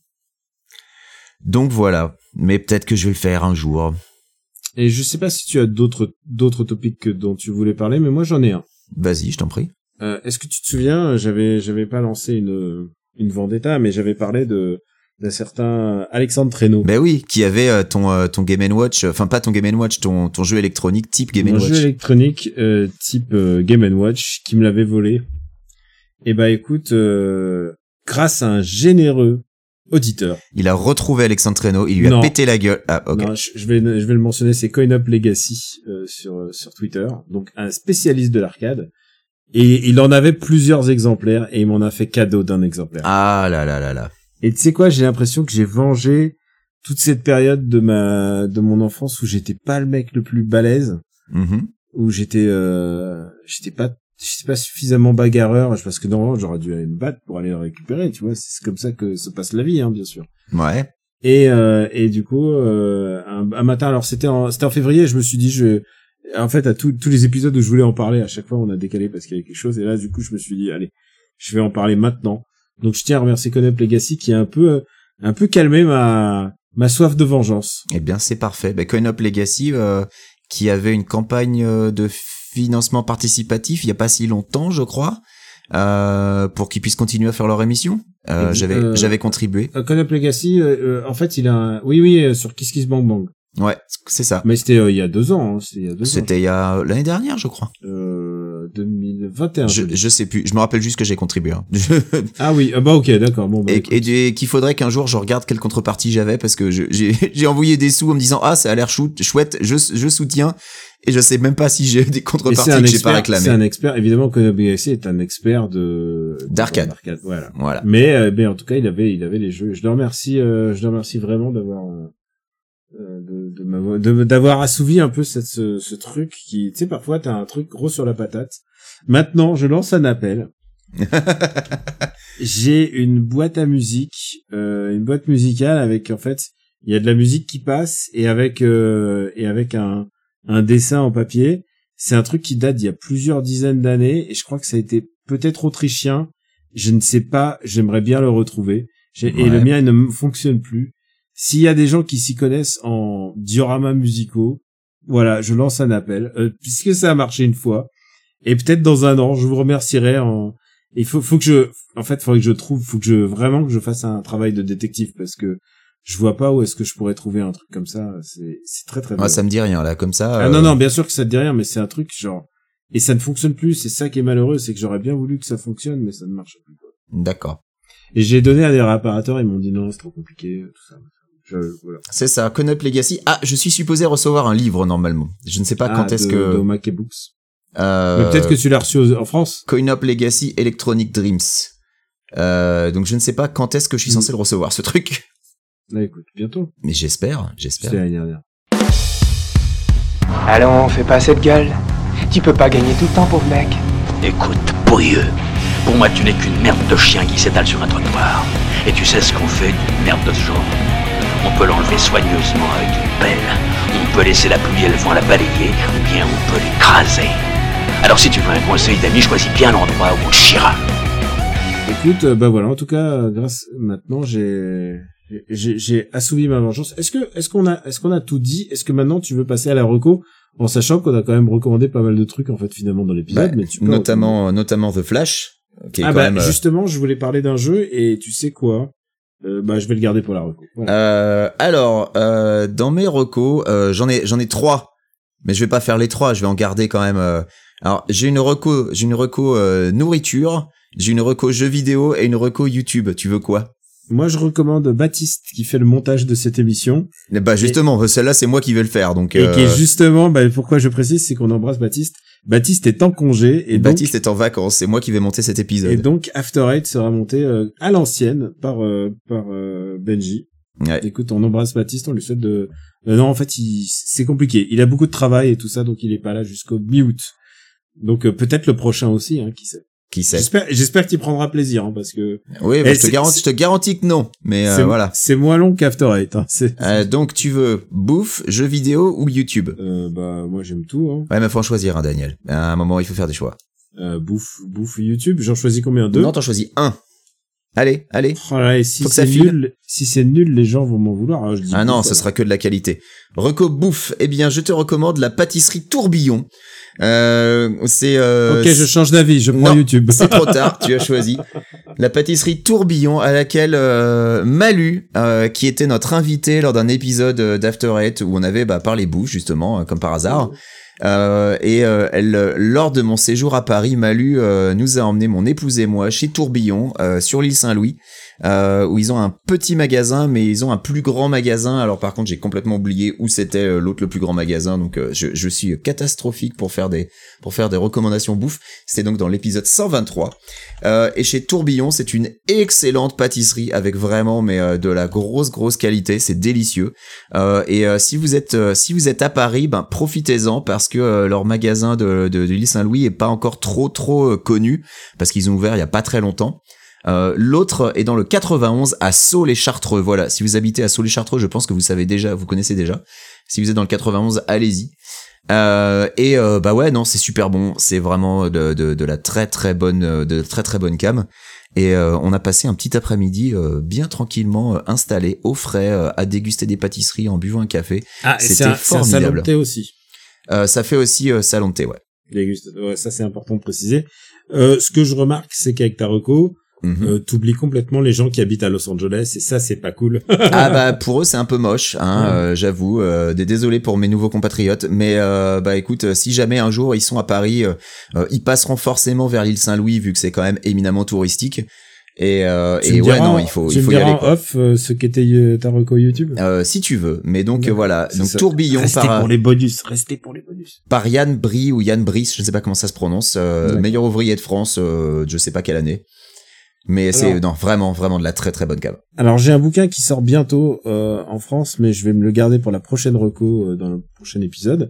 donc voilà. Mais peut-être que je vais le faire un jour. Et je sais pas si tu as d'autres d'autres topics que dont tu voulais parler, mais moi j'en ai un. Vas-y, je t'en prie. Euh, est-ce que tu te souviens, j'avais j'avais pas lancé une une vendetta, mais j'avais parlé de d'un certain Alexandre Traîneau. Ben oui, qui avait euh, ton euh, ton Game and Watch, enfin pas ton Game and Watch, ton ton jeu électronique type Game and Mon Watch. jeu électronique euh, type euh, Game and Watch qui me l'avait volé. Et bah écoute, euh, grâce à un généreux auditeur. Il a retrouvé Alexandre Traîneau, il lui Non. a pété la gueule. Ah, ok. Non, je je vais je vais le mentionner, c'est CoinUp Legacy euh, sur sur Twitter, donc un spécialiste de l'arcade. Et il en avait plusieurs exemplaires et il m'en a fait cadeau d'un exemplaire. Ah là là là là. Et tu sais quoi, j'ai l'impression que j'ai vengé toute cette période de ma de mon enfance où j'étais pas le mec le plus balèze, Mhm. où j'étais euh, j'étais pas j'étais pas suffisamment bagarreur parce que normalement j'aurais dû aller me battre pour aller le récupérer, tu vois, c'est comme ça que se passe la vie hein, bien sûr. Ouais. Et euh, et du coup euh, un, un matin, alors c'était en c'était en février, je me suis dit je en fait à tous tous les épisodes où je voulais en parler, à chaque fois on a décalé parce qu'il y avait quelque chose, et là du coup je me suis dit allez, je vais en parler maintenant. Donc je tiens à remercier CoinUp Legacy qui a un peu un peu calmé ma ma soif de vengeance. Eh bien, c'est parfait. Ben, CoinUp Legacy, euh, qui avait une campagne euh, de financement participatif il y a pas si longtemps, je crois, euh, pour qu'ils puissent continuer à faire leur émission. Euh, Et, j'avais euh, j'avais contribué. Euh, CoinUp Legacy, euh, euh, en fait il a un... oui oui euh, sur Kiss Kiss Bang Bang. Ouais, c'est ça. Mais c'était euh, il y a deux ans, hein, c'était il y a deux ans. C'était il y a l'année dernière, je crois. Euh, deux mille vingt et un. Je, je sais plus. Je me rappelle juste que j'ai contribué. Hein. Ah oui, ah bah ok, d'accord. Bon, bah, et écoute. et du- qu'il faudrait qu'un jour je regarde quelle contrepartie j'avais parce que je- j'ai j'ai envoyé des sous en me disant ah ça a l'air chou- chouette, je je soutiens et je sais même pas si j'ai des Et contreparties c'est un que j'ai pas expert, c'est réclamées. un expert, évidemment, CoinUp Legacy est un expert de D'arcade. d'arcade, voilà. Voilà. Mais, euh, mais en tout cas, il avait, il avait les jeux. Je le remercie, euh, je le remercie vraiment d'avoir, euh, de, de m'avoir, de- d'avoir assouvi un peu cette, ce, ce truc qui, tu sais, parfois t'as un truc gros sur la patate. Maintenant, je lance un appel. J'ai une boîte à musique, euh, une boîte musicale avec, en fait, il y a de la musique qui passe et avec, euh, et avec un, un dessin en papier. C'est un truc qui date d'il y a plusieurs dizaines d'années et je crois que ça a été peut-être autrichien. Je ne sais pas, j'aimerais bien le retrouver. J'ai- Et Ouais. le mien, il ne me fonctionne plus. S'il y a des gens qui s'y connaissent en dioramas musicaux, voilà, je lance un appel, euh, puisque ça a marché une fois. Et peut-être dans un an, je vous remercierai en, il faut, faut que je, en fait, faudrait que je trouve, faut que je, vraiment que je fasse un travail de détective parce que je vois pas où est-ce que je pourrais trouver un truc comme ça. C'est, c'est très très Moi, ça me dit rien là, comme ça. Ah euh, non, non, bien sûr que ça te dit rien, mais c'est un truc genre, et ça ne fonctionne plus, c'est ça qui est malheureux, c'est que j'aurais bien voulu que ça fonctionne, mais ça ne marche plus, quoi. D'accord. Et j'ai donné à des réparateurs, ils m'ont dit non, c'est trop compliqué, tout ça. Je, voilà. C'est ça, CoinUp Legacy. Ah, je suis supposé recevoir un livre normalement. Je ne sais pas Ah, quand est-ce de, que. de Mac et Books. Euh, Mais peut-être que tu l'as reçu aux- en France. CoinUp Legacy Electronic Dreams. Euh, donc je ne sais pas quand est-ce que je suis Mm. censé le recevoir ce truc. Là, écoute, bientôt. Mais j'espère, j'espère. C'était l'année dernière. Allons, fais pas cette gueule. Tu peux pas gagner tout le temps, pauvre mec. Écoute, pourrieux, Pour moi, tu n'es qu'une merde de chien qui s'étale sur un trottoir. Et tu sais ce qu'on fait d'une merde de ce genre? On peut l'enlever soigneusement avec une pelle, on peut laisser la pluie et le vent la balayer, ou bien on peut l'écraser. Alors si tu veux un conseil d'ami, choisis bien l'endroit où on chira. Écoute, euh, bah voilà, en tout cas, grâce maintenant, j'ai j'ai j'ai assouvi ma vengeance. Est-ce que est-ce qu'on a est-ce qu'on a tout dit? Est-ce que maintenant tu veux passer à la reco, en sachant qu'on a quand même recommandé pas mal de trucs en fait finalement dans l'épisode, bah, mais tu peux notamment notamment The Flash, qui est ah quand bah même, justement, je voulais parler d'un jeu et tu sais quoi? Euh, bah je vais le garder pour la reco. Voilà. Euh, alors, euh, dans mes recos, euh, j'en ai, j'en ai trois, mais je vais pas faire les trois, je vais en garder quand même. Euh... Alors, j'ai une reco, j'ai une reco euh, nourriture, j'ai une reco jeux vidéo et une reco YouTube. Tu veux quoi? Moi, je recommande Baptiste qui fait le montage de cette émission. Bah justement, et... celle-là, c'est moi qui vais le faire, donc. Et euh... qui est justement, bah pourquoi je précise, c'est qu'on embrasse Baptiste. Baptiste est en congé et Baptiste donc, est en vacances, c'est moi qui vais monter cet épisode. Et donc After Eight sera monté euh, à l'ancienne par euh, par euh, Benji. Ouais. Écoute, on embrasse Baptiste, on lui souhaite de euh, non, en fait, il c'est compliqué. Il a beaucoup de travail et tout ça, donc il est pas là jusqu'au mi-août. Donc euh, peut-être le prochain aussi, hein, qui sait. Qui sait. J'espère j'espère qu'il prendra plaisir, hein, parce que oui, bah, je te garantis, je te garantis que non, mais euh, voilà. C'est moins long qu'After Eight, hein. C'est euh, donc tu veux bouffe, jeux vidéo ou YouTube? Euh bah moi j'aime tout, hein. Ouais, mais faut en choisir, hein, Daniel. À un moment, il faut faire des choix. Euh bouffe bouffe YouTube, j'en choisis combien? Deux? Non, t'en choisis un. Allez, allez. Oh là, et si c'est nul, si c'est nul, les gens vont m'en vouloir. Hein, je dis ah non, bouffe, ce alors. sera que de la qualité. Reco bouffe. Eh bien, je te recommande la pâtisserie Tourbillon. Euh, c'est. Euh, ok, je change d'avis. Je prends non, YouTube. C'est trop tard. Tu as choisi la pâtisserie Tourbillon, à laquelle euh, Malu, euh, qui était notre invité lors d'un épisode d'After Eight où on avait bah, parlé bouffe justement, comme par hasard. Mmh. Euh, et euh, elle, lors de mon séjour à Paris, Malu euh, nous a emmené, mon épouse et moi, chez Tourbillon, euh, sur l'île Saint-Louis, euh, où ils ont un petit magasin, mais ils ont un plus grand magasin. Alors par contre, j'ai complètement oublié où c'était euh, l'autre le plus grand magasin, donc euh, je, je suis catastrophique pour faire des pour faire des recommandations bouffe. C'était donc dans l'épisode cent vingt-trois. Euh, et chez Tourbillon, c'est une excellente pâtisserie avec vraiment mais euh, de la grosse grosse qualité. C'est délicieux. Euh, et euh, si vous êtes euh, si vous êtes à Paris, ben profitez-en parce que euh, leur magasin de, de, de l'île Saint-Louis est pas encore trop trop euh, connu parce qu'ils ont ouvert il y a pas très longtemps. Euh, l'autre est dans le quatre-vingt-onze à Sceaux-les-Chartreux. Voilà, si vous habitez à Sceaux-les-Chartreux, je pense que vous savez déjà, vous connaissez déjà. Si vous êtes dans le quatre-vingt-onze, allez-y. Euh, et euh, bah ouais, non, c'est super bon. C'est vraiment de, de, de la très très bonne, de très très bonne cam. Et euh, on a passé un petit après-midi euh, bien tranquillement euh, installé au frais euh, à déguster des pâtisseries en buvant un café. Ah, c'était c'est un, formidable. C'est un salon de thé aussi. Euh, ça fait aussi euh, salon de thé, ouais. Déguste. Ouais, ça c'est important de préciser. Euh, ce que je remarque, c'est qu'avec ta reco, Mm-hmm. Euh, t'oublies complètement les gens qui habitent à Los Angeles et ça c'est pas cool. Ah bah pour eux c'est un peu moche, hein, ouais. euh, j'avoue. Euh, désolé pour mes nouveaux compatriotes, mais euh, bah écoute, si jamais un jour ils sont à Paris, euh, euh, ils passeront forcément vers l'île Saint-Louis vu que c'est quand même éminemment touristique. Et, euh, et ouais non il faut tu il faut me y aller. Tu off euh, ce qu'était euh, ta reco YouTube. Euh, si tu veux, mais donc euh, voilà, donc ça. Tourbillon restez par pour les bonus, restez pour les bonus. Par Yann Brie ou Yann Brice, je ne sais pas comment ça se prononce, euh, meilleur ouvrier de France, euh, je sais pas quelle année. Mais alors, c'est non vraiment vraiment de la très très bonne cave. Alors j'ai un bouquin qui sort bientôt euh, en France, mais je vais me le garder pour la prochaine reco euh, dans le prochain épisode.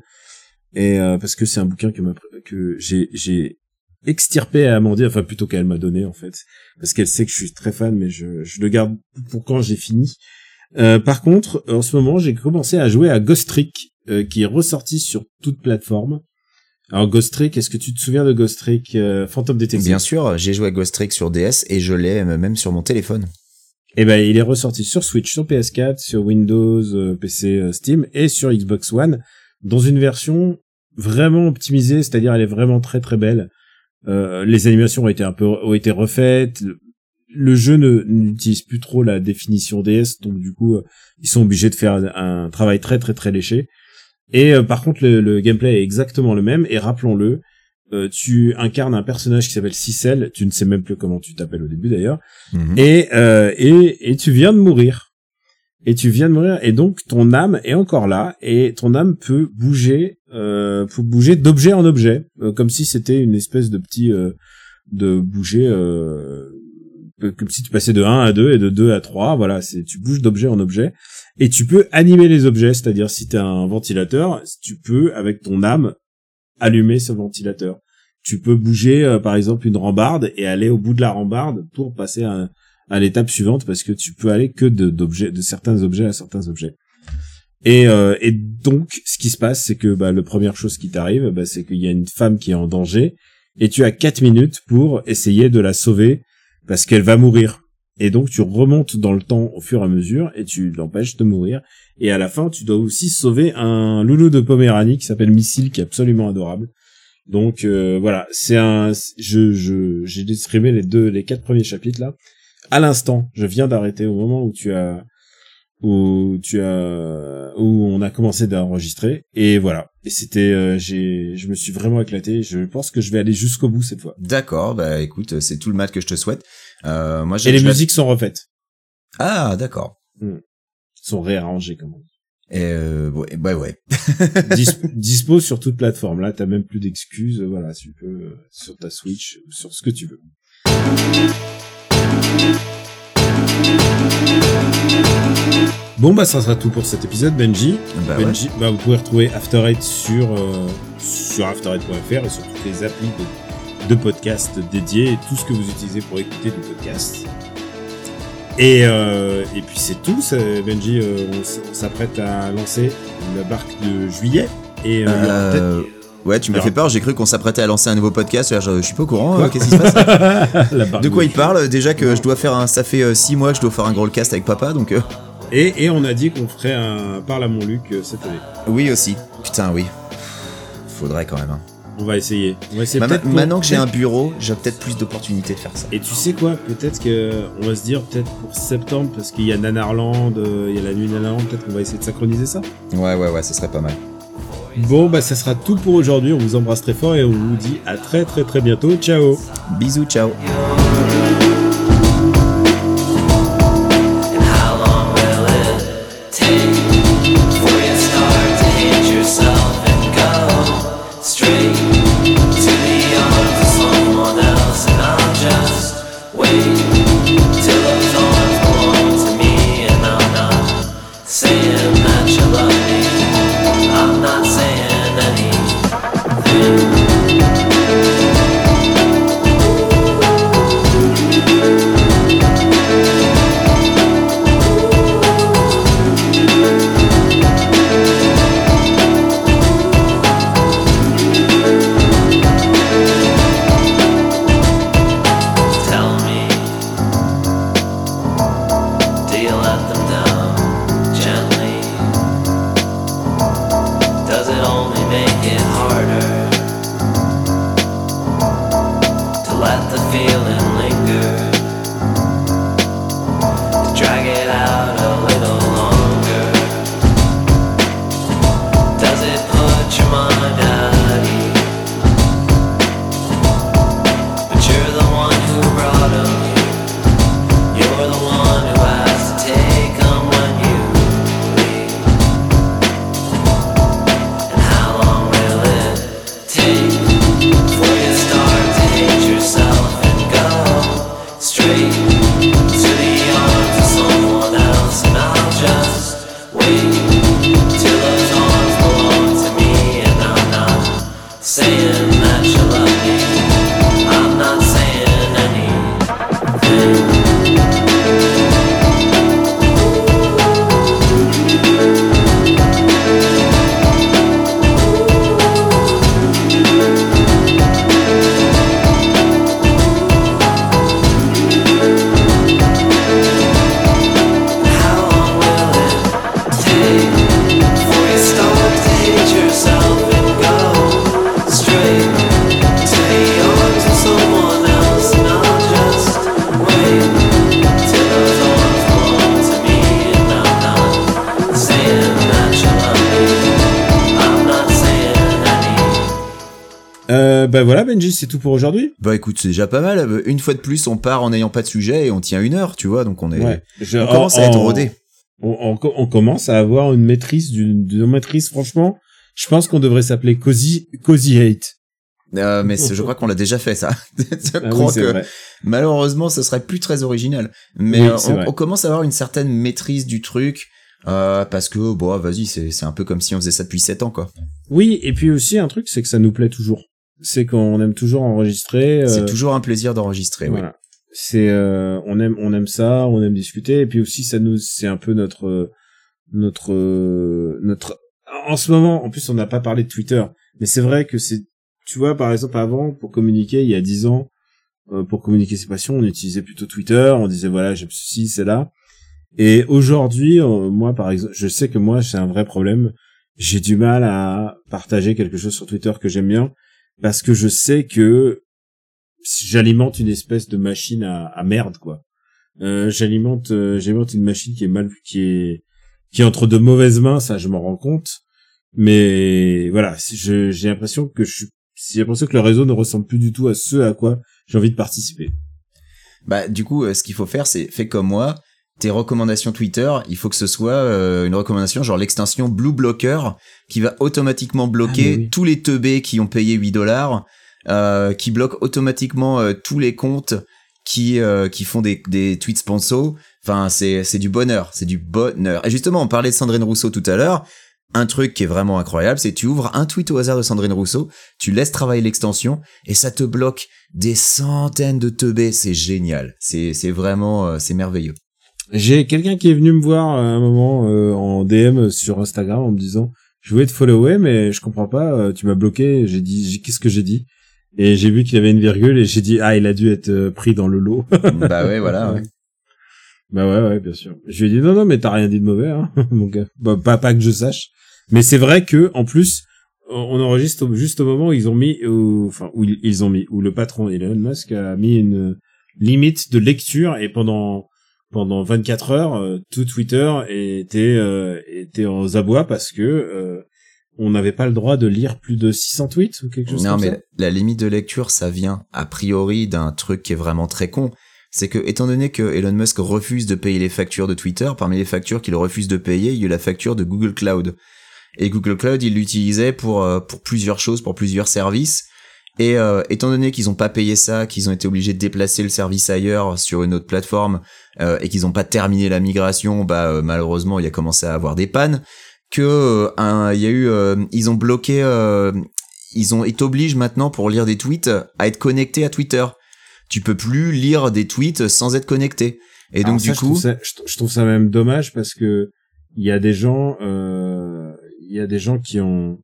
Et euh, parce que c'est un bouquin que ma, que j'ai j'ai extirpé à Amandine, enfin plutôt qu'elle m'a donné en fait, parce qu'elle sait que je suis très fan, mais je je le garde pour quand j'ai fini. Euh, par contre, en ce moment, j'ai commencé à jouer à Ghost Trick, euh, qui est ressorti sur toute plateforme. Alors Ghost Trick, est-ce que tu te souviens de Ghost Trick euh, Phantom Detective? Bien sûr, j'ai joué à Ghost Trick sur D S et je l'ai même sur mon téléphone. Eh ben, il est ressorti sur Switch, sur P S quatre, sur Windows, euh, P C, euh, Steam et sur Xbox One dans une version vraiment optimisée, c'est-à-dire elle est vraiment très très belle. Euh, les animations ont été un peu ont été refaites. Le, le jeu ne n'utilise plus trop la définition D S, donc du coup, euh, ils sont obligés de faire un, un travail très très très léché. Et euh, par contre, le, le gameplay est exactement le même. Et rappelons-le, euh, tu incarnes un personnage qui s'appelle Cicel. Tu ne sais même plus comment tu t'appelles au début d'ailleurs. Mm-hmm. Et, euh, et et tu viens de mourir. Et tu viens de mourir. Et donc ton âme est encore là. Et ton âme peut bouger, euh, peut bouger d'objet en objet, euh, comme si c'était une espèce de petit euh, de bouger. Euh, comme si tu passais de un à deux et de deux à trois, voilà, c'est tu bouges d'objet en objet et tu peux animer les objets, c'est-à-dire si t'as un ventilateur, tu peux avec ton âme allumer ce ventilateur. tu peux bouger, euh, par exemple, une rambarde et aller au bout de la rambarde pour passer à, à l'étape suivante parce que tu peux aller que de, d'objets, de certains objets à certains objets. Et, euh, et donc, ce qui se passe, c'est que bah, la première chose qui t'arrive, bah, c'est qu'il y a une femme qui est en danger et tu as quatre minutes pour essayer de la sauver parce qu'elle va mourir. Et donc, tu remontes dans le temps au fur et à mesure et tu l'empêches de mourir. Et à la fin, tu dois aussi sauver un loulou de Poméranie qui s'appelle Missile, qui est absolument adorable. Donc euh, voilà, c'est un, je, je, j'ai distribué les deux, les quatre premiers chapitres là. À l'instant, je viens d'arrêter au moment où tu as, où tu as, où on a commencé d'enregistrer. Et voilà. Et c'était, euh, j'ai, je me suis vraiment éclaté. Je pense que je vais aller jusqu'au bout cette fois. D'accord, bah écoute, c'est tout le mal que je te souhaite. Euh, moi, j'ai, Et les je musiques sont refaites. Ah, d'accord. Mmh. Sont réarrangées, comme on dit. Et euh, ouais, bah ouais. Dispo, dispo sur toute plateforme. Là, t'as même plus d'excuses. Voilà, tu peux euh, sur ta Switch, sur ce que tu veux. Bon, bah ça sera tout pour cet épisode, Benji. Bah Benji, ouais. bah vous pouvez retrouver After Eight sur euh, sur after eight point f r et sur toutes les applis de, de podcasts dédiés et tout ce que vous utilisez pour écouter des podcasts. Et, euh, et puis c'est tout, c'est, Benji, euh, on, s- on s'apprête à lancer la barque de juillet. Et euh, il y aura peut-être... Euh, ouais, tu m'as Alors- fait peur, j'ai cru qu'on s'apprêtait à lancer un nouveau podcast, alors je, je suis pas au courant, Quoi euh, qu'est-ce qui se passe? la barque De quoi de- il parle? Déjà que je dois faire un, ça fait euh, six mois que je dois faire un gros cast avec papa, donc euh, Et, et on a dit qu'on ferait un Parle à mon Luc euh, cette année. oui aussi. Putain, oui. Faudrait quand même. Hein. On va essayer. On va essayer Ma- peut-être pour- maintenant que j'ai un peut-être- bureau, j'ai peut-être plus d'opportunités de faire ça. Et tu sais quoi, peut-être que on va se dire peut-être pour septembre parce qu'il y a Nanarland, euh, il y a la nuit Nanarland, peut-être qu'on va essayer de synchroniser ça. Ouais, ouais, ouais, ce serait pas mal. Bon bah ça sera tout pour aujourd'hui. On vous embrasse très fort et on vous dit à très très très bientôt. Ciao. Bisous, ciao. And how long will it take before you start to hate yourself and go straight to the arms of someone else? And I'll just wait till those arms belong to me. And I'm not saying that you love me, I'm not saying anything. Tell me, do you let them down gently? Does it only make it harder to let the feeling linger? To drag it out a little longer? Does it put your mind at ease? But you're the one who brought them here. You're the one who has to take them when you leave. And how long will it take before you start to hate yourself and go straight to the arms of someone else? And I'll just wait till those arms belong to me. And I'm not saying that you love me, I'm not saying anything. How long will it take before you start to hate yourself and go straight to the arms of someone else? And I'll just wait till those arms belong to me. And I'm not saying that you love me, I'm not saying anything. Euh, bah voilà Benji, c'est tout pour aujourd'hui. Bah écoute, c'est déjà pas mal. Une fois de plus, on part en n'ayant pas de sujet et on tient une heure, tu vois, donc on est, Ouais. Je- on commence à en- être rodé. On, on, on commence à avoir une maîtrise d'une, d'une maîtrise. Franchement, je pense qu'on devrait s'appeler Cozy, Cozy Hate. Euh, mais c'est- je crois qu'on l'a déjà fait, ça. je Ah crois oui, c'est que vrai. malheureusement, ce serait plus très original. Mais Oui, euh, c'est on, vrai. on commence à avoir une certaine maîtrise du truc. Euh, parce que, bon, vas-y, c'est, c'est un peu comme si on faisait ça depuis sept ans, quoi. Oui, et puis aussi un truc, c'est que ça nous plaît toujours. c'est qu'on aime toujours enregistrer. C'est euh, toujours un plaisir d'enregistrer, voilà. oui. C'est, euh, on aime, on aime ça, on aime discuter, et puis aussi ça nous, c'est un peu notre, notre, notre. En ce moment, en plus, on n'a pas parlé de Twitter, mais c'est vrai que c'est, tu vois, par exemple, avant, pour communiquer, il y a dix ans, euh, pour communiquer ses passions, on utilisait plutôt Twitter, on disait voilà, j'aime ceci, c'est là. Et aujourd'hui, euh, moi, par exemple, je sais que moi, c'est un vrai problème. J'ai du mal à partager quelque chose sur Twitter que j'aime bien, parce que je sais que j'alimente une espèce de machine à, à merde, quoi. Euh, j'alimente, euh, j'alimente une machine qui est mal, qui est, qui est entre de mauvaises mains, ça, je m'en rends compte. Mais voilà, je, j'ai l'impression que je suis, j'ai l'impression que le réseau ne ressemble plus du tout à ce à quoi j'ai envie de participer. Bah, du coup, euh, ce qu'il faut faire, c'est fais comme moi. Tes recommandations Twitter, il faut que ce soit euh, une recommandation genre l'extension Blue Blocker qui va automatiquement bloquer Ah, oui. tous les teubés qui ont payé huit dollars. Euh, qui bloque automatiquement euh, tous les comptes qui euh, qui font des des tweets sponsors. Enfin, c'est c'est du bonheur, c'est du bonheur. Et justement, on parlait de Sandrine Rousseau tout à l'heure. Un truc qui est vraiment incroyable, c'est que tu ouvres un tweet au hasard de Sandrine Rousseau, tu laisses travailler l'extension et ça te bloque des centaines de teubés. C'est génial. C'est c'est vraiment euh, c'est merveilleux. J'ai quelqu'un qui est venu me voir à un moment euh, en D M sur Instagram en me disant je voulais te follower mais je comprends pas, euh, tu m'as bloqué. J'ai dit j'ai, qu'est-ce que j'ai dit? Et j'ai vu qu'il y avait une virgule et j'ai dit ah il a dû être euh, pris dans le lot. Bah ouais, voilà. Ouais. Bah ouais ouais bien sûr. Je lui ai dit non non mais t'as rien dit de mauvais hein mon gars. Bah pas pas que je sache. Mais c'est vrai que en plus on enregistre au, juste au moment où ils ont mis où, enfin où ils ont mis où le patron Elon Musk a mis une limite de lecture et pendant pendant vingt-quatre heures euh, tout Twitter était euh, était aux abois parce que euh, on n'avait pas le droit de lire plus de six cents tweets ou quelque chose non, comme ça. Non, mais la limite de lecture, ça vient a priori d'un truc qui est vraiment très con. C'est que, étant donné que Elon Musk refuse de payer les factures de Twitter, parmi les factures qu'il refuse de payer, il y a eu la facture de Google Cloud. Et Google Cloud, il l'utilisait pour euh, pour plusieurs choses, pour plusieurs services. Et euh, étant donné qu'ils ont pas payé ça, qu'ils ont été obligés de déplacer le service ailleurs sur une autre plateforme euh, et qu'ils ont pas terminé la migration, bah euh, malheureusement, il a commencé à avoir des pannes. Que un il y a eu euh, ils ont bloqué euh, ils ont ils t'obligent maintenant pour lire des tweets à être connecté à Twitter. Tu peux plus lire des tweets sans être connecté. Et Alors donc ça, du je coup trouve ça, je, je trouve ça même dommage parce que il y a des gens euh, il y a des gens qui ont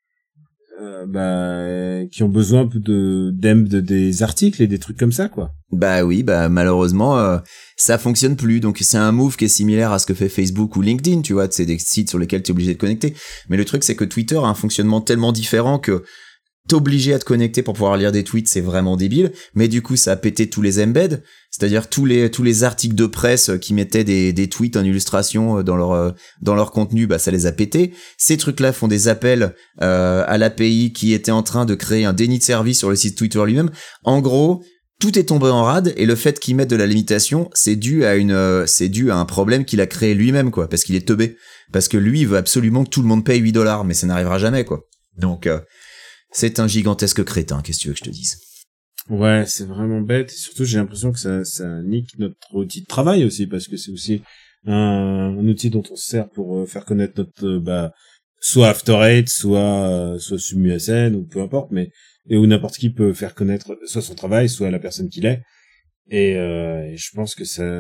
euh, bah qui ont besoin de d'em de des articles et des trucs comme ça quoi. Bah oui, bah malheureusement euh, ça fonctionne plus. Donc c'est un move qui est similaire à ce que fait Facebook ou LinkedIn, tu vois, c'est des sites sur lesquels tu es obligé de te connecter. Mais le truc c'est que Twitter a un fonctionnement tellement différent que t'obliger à te connecter pour pouvoir lire des tweets, c'est vraiment débile. Mais du coup, ça a pété tous les embeds, c'est-à-dire tous les tous les articles de presse qui mettaient des des tweets en illustration dans leur dans leur contenu, bah ça les a pétés. Ces trucs-là font des appels euh, à l'A P I qui était en train de créer un déni de service sur le site Twitter lui-même. En gros, tout est tombé en rade et le fait qu'il mette de la limitation, c'est dû à une euh, c'est dû à un problème qu'il a créé lui-même quoi, parce qu'il est teubé. Parce que lui, il veut absolument que tout le monde paye huit dollars, mais ça n'arrivera jamais quoi. Donc euh, c'est un gigantesque crétin, qu'est-ce que tu veux que je te dise? Ouais, c'est vraiment bête. Et surtout, j'ai l'impression que ça, ça nique notre outil de travail aussi, parce que c'est aussi un, un outil dont on se sert pour euh, faire connaître notre, euh, bah, soit After Eight, soit, euh, soit SubmuSN, ou peu importe, mais, et où n'importe qui peut faire connaître soit son travail, soit la personne qu'il est. Et, euh, et je pense que ça,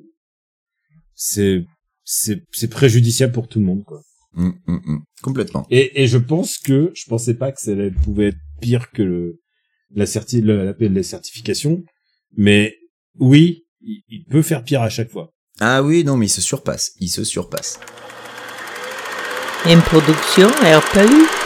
c'est, c'est, c'est préjudiciable pour tout le monde, quoi. Mmh, mmh, mmh. Complètement. Et, et je pense que, je pensais pas que ça pouvait être pire que le, la certi, la, la, la certification, mais oui, il, il peut faire pire à chaque fois. Ah oui, non, mais il se surpasse, il se surpasse. Une production R P U.